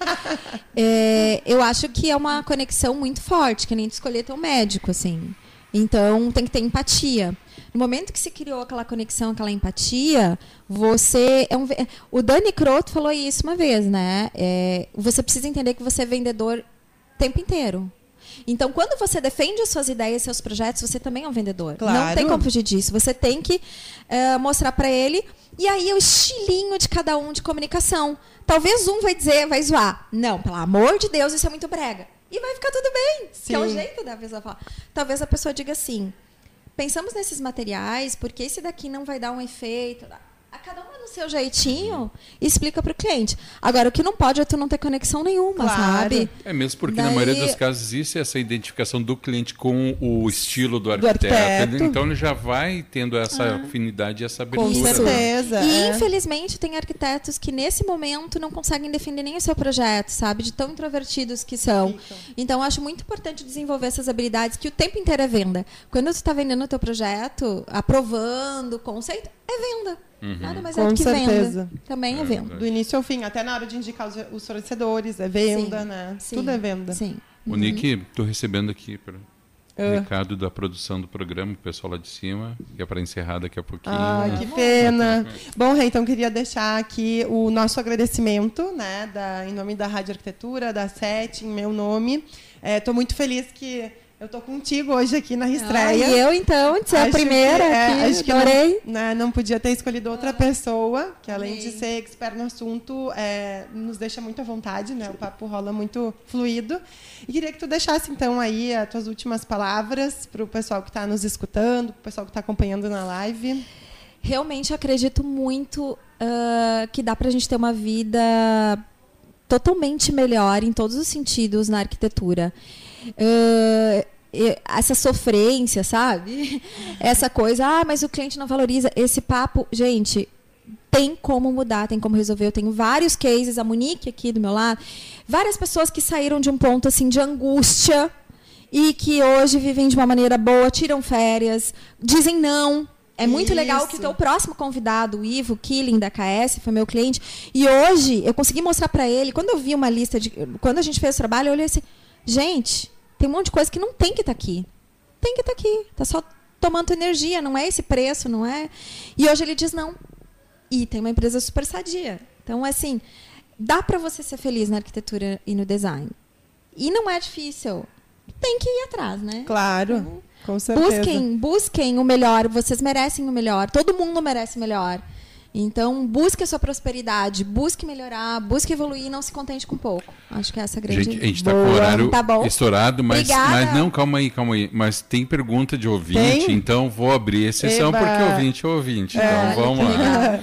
Eu acho que é uma conexão muito forte, que nem tu escolher teu médico, assim. Então, tem que ter empatia. No momento que se criou aquela conexão, aquela empatia, você é o Dani Croto falou isso uma vez, né? Você precisa entender que você é vendedor o tempo inteiro. Então, quando você defende as suas ideias, seus projetos, você também é um vendedor. Claro. Não tem como fugir disso. Você tem que mostrar para ele. E aí é o estilinho de cada um de comunicação. Talvez um vai zoar. Não, pelo amor de Deus, isso é muito brega. E vai ficar tudo bem. Sim. Que é o jeito da pessoa falar. Talvez a pessoa diga assim... Pensamos nesses materiais, porque esse daqui não vai dar um efeito. A cada uma no seu jeitinho e explica para o cliente. Agora, o que não pode é tu não ter conexão nenhuma, sabe? É mesmo porque na maioria dos casos existe essa identificação do cliente com o estilo do arquiteto. Então ele já vai tendo essa afinidade e essa abertura. Com certeza. E infelizmente tem arquitetos que nesse momento não conseguem defender nem o seu projeto, sabe? De tão introvertidos que são. Então eu acho muito importante desenvolver essas habilidades que o tempo inteiro é venda. Quando tu está vendendo o teu projeto, aprovando o conceito, é venda. Nada mais é do que venda. Também é venda. Do início ao fim, até na hora de indicar os fornecedores, é venda, né? Sim. Tudo é venda. Sim. O Nick, estou recebendo aqui recado da produção do programa, o pessoal lá de cima, que é para encerrar daqui a pouquinho. Que pena. Bom, Rei, então queria deixar aqui o nosso agradecimento, né, em nome da Rádio Arquitetura, da SET, em meu nome. Estou muito feliz que eu tô contigo hoje aqui na estreia. E eu, então, de ser a primeira aqui, acho que adorei. Não podia ter escolhido outra pessoa, que além de ser expert no assunto, nos deixa muito à vontade, né? O papo rola muito fluido. E queria que tu deixasse, então, aí as tuas últimas palavras para o pessoal que está nos escutando, para o pessoal que está acompanhando na live. Realmente acredito muito que dá para a gente ter uma vida totalmente melhor em todos os sentidos na arquitetura. Essa sofrência, sabe? Essa coisa, mas o cliente não valoriza. Esse papo, gente, tem como mudar, tem como resolver. Eu tenho vários cases, a Monique aqui do meu lado, várias pessoas que saíram de um ponto assim de angústia e que hoje vivem de uma maneira boa, tiram férias, dizem não. É muito legal que o teu próximo convidado, o Ivo Killing, da KS, foi meu cliente. E hoje eu consegui mostrar para ele, quando eu vi uma lista quando a gente fez o trabalho, eu olhei assim, gente, tem um monte de coisa que não tem que estar aqui. Tem que estar aqui. Está só tomando energia, não é esse preço, não é? E hoje ele diz não. E tem uma empresa super sadia. Então, assim, dá para você ser feliz na arquitetura e no design. E não é difícil. Tem que ir atrás, né? Claro, então, com certeza. Busquem o melhor. Vocês merecem o melhor. Todo mundo merece o melhor. Então, busque a sua prosperidade, busque melhorar, busque evoluir e não se contente com pouco. Acho que essa é a grande... Gente, a gente está com o horário estourado, mas não, calma aí. Mas tem pergunta de ouvinte, então vou abrir exceção porque ouvinte é ouvinte. Então, vamos lá.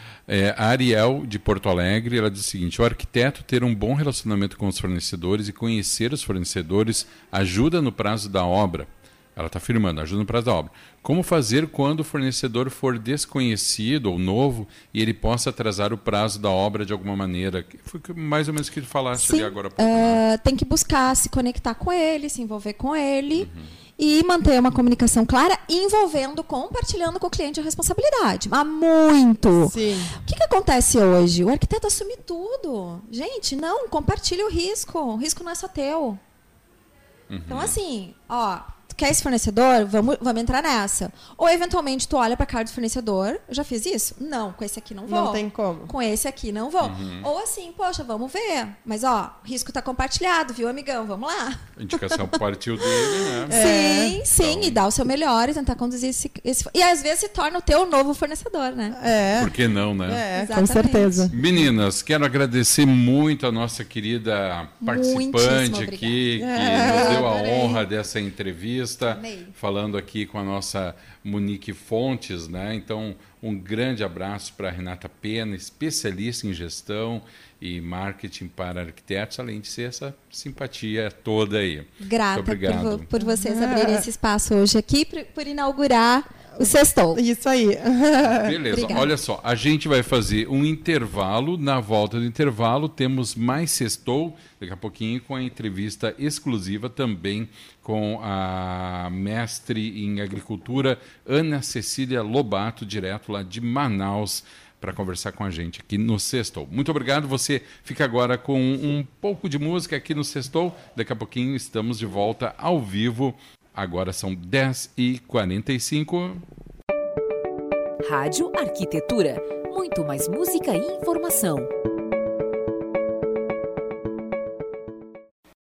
A Ariel, de Porto Alegre, ela diz o seguinte: o arquiteto ter um bom relacionamento com os fornecedores e conhecer os fornecedores ajuda no prazo da obra. Ela está afirmando, ajuda no prazo da obra. Como fazer quando o fornecedor for desconhecido ou novo e ele possa atrasar o prazo da obra de alguma maneira? Foi mais ou menos o que ele falaste ali agora há pouco. Tem que buscar se conectar com ele, se envolver com ele e manter uma comunicação clara, compartilhando com o cliente a responsabilidade. Mas muito! Sim. O que acontece hoje? O arquiteto assume tudo. Gente, não, compartilha o risco. O risco não é só teu. Então, assim, quer esse fornecedor? Vamos entrar nessa. Ou, eventualmente, tu olha para a cara do fornecedor. Eu já fiz isso? Não, com esse aqui não vou. Não tem como. Com esse aqui não vou. Ou assim, poxa, vamos ver. Mas, o risco está compartilhado, viu, amigão? Vamos lá. A indicação partiu dele, né? Sim. Então... E dar o seu melhor e tentar conduzir esse... E, às vezes, se torna o teu novo fornecedor, né? Por que não, né? Com certeza. Meninas, quero agradecer muito a nossa querida participante aqui, que nos deu a honra dessa entrevista. Falando aqui com a nossa Monique Fontes, né? Então, um grande abraço para a Renata Pena, especialista em gestão e marketing para arquitetos, além de ser essa simpatia toda aí. Grata por vocês abrirem esse espaço hoje aqui, por inaugurar o Sextou. Isso aí. Beleza, obrigada. Olha só, a gente vai fazer um intervalo. Na volta do intervalo temos mais Sextou, daqui a pouquinho com a entrevista exclusiva também com a mestre em agricultura Ana Cecília Lobato, direto lá de Manaus, para conversar com a gente aqui no Sextou. Muito obrigado, você fica agora com um pouco de música aqui no Sextou. Daqui a pouquinho estamos de volta ao vivo. Agora são 10h45. Rádio Arquitetura. Muito mais música e informação.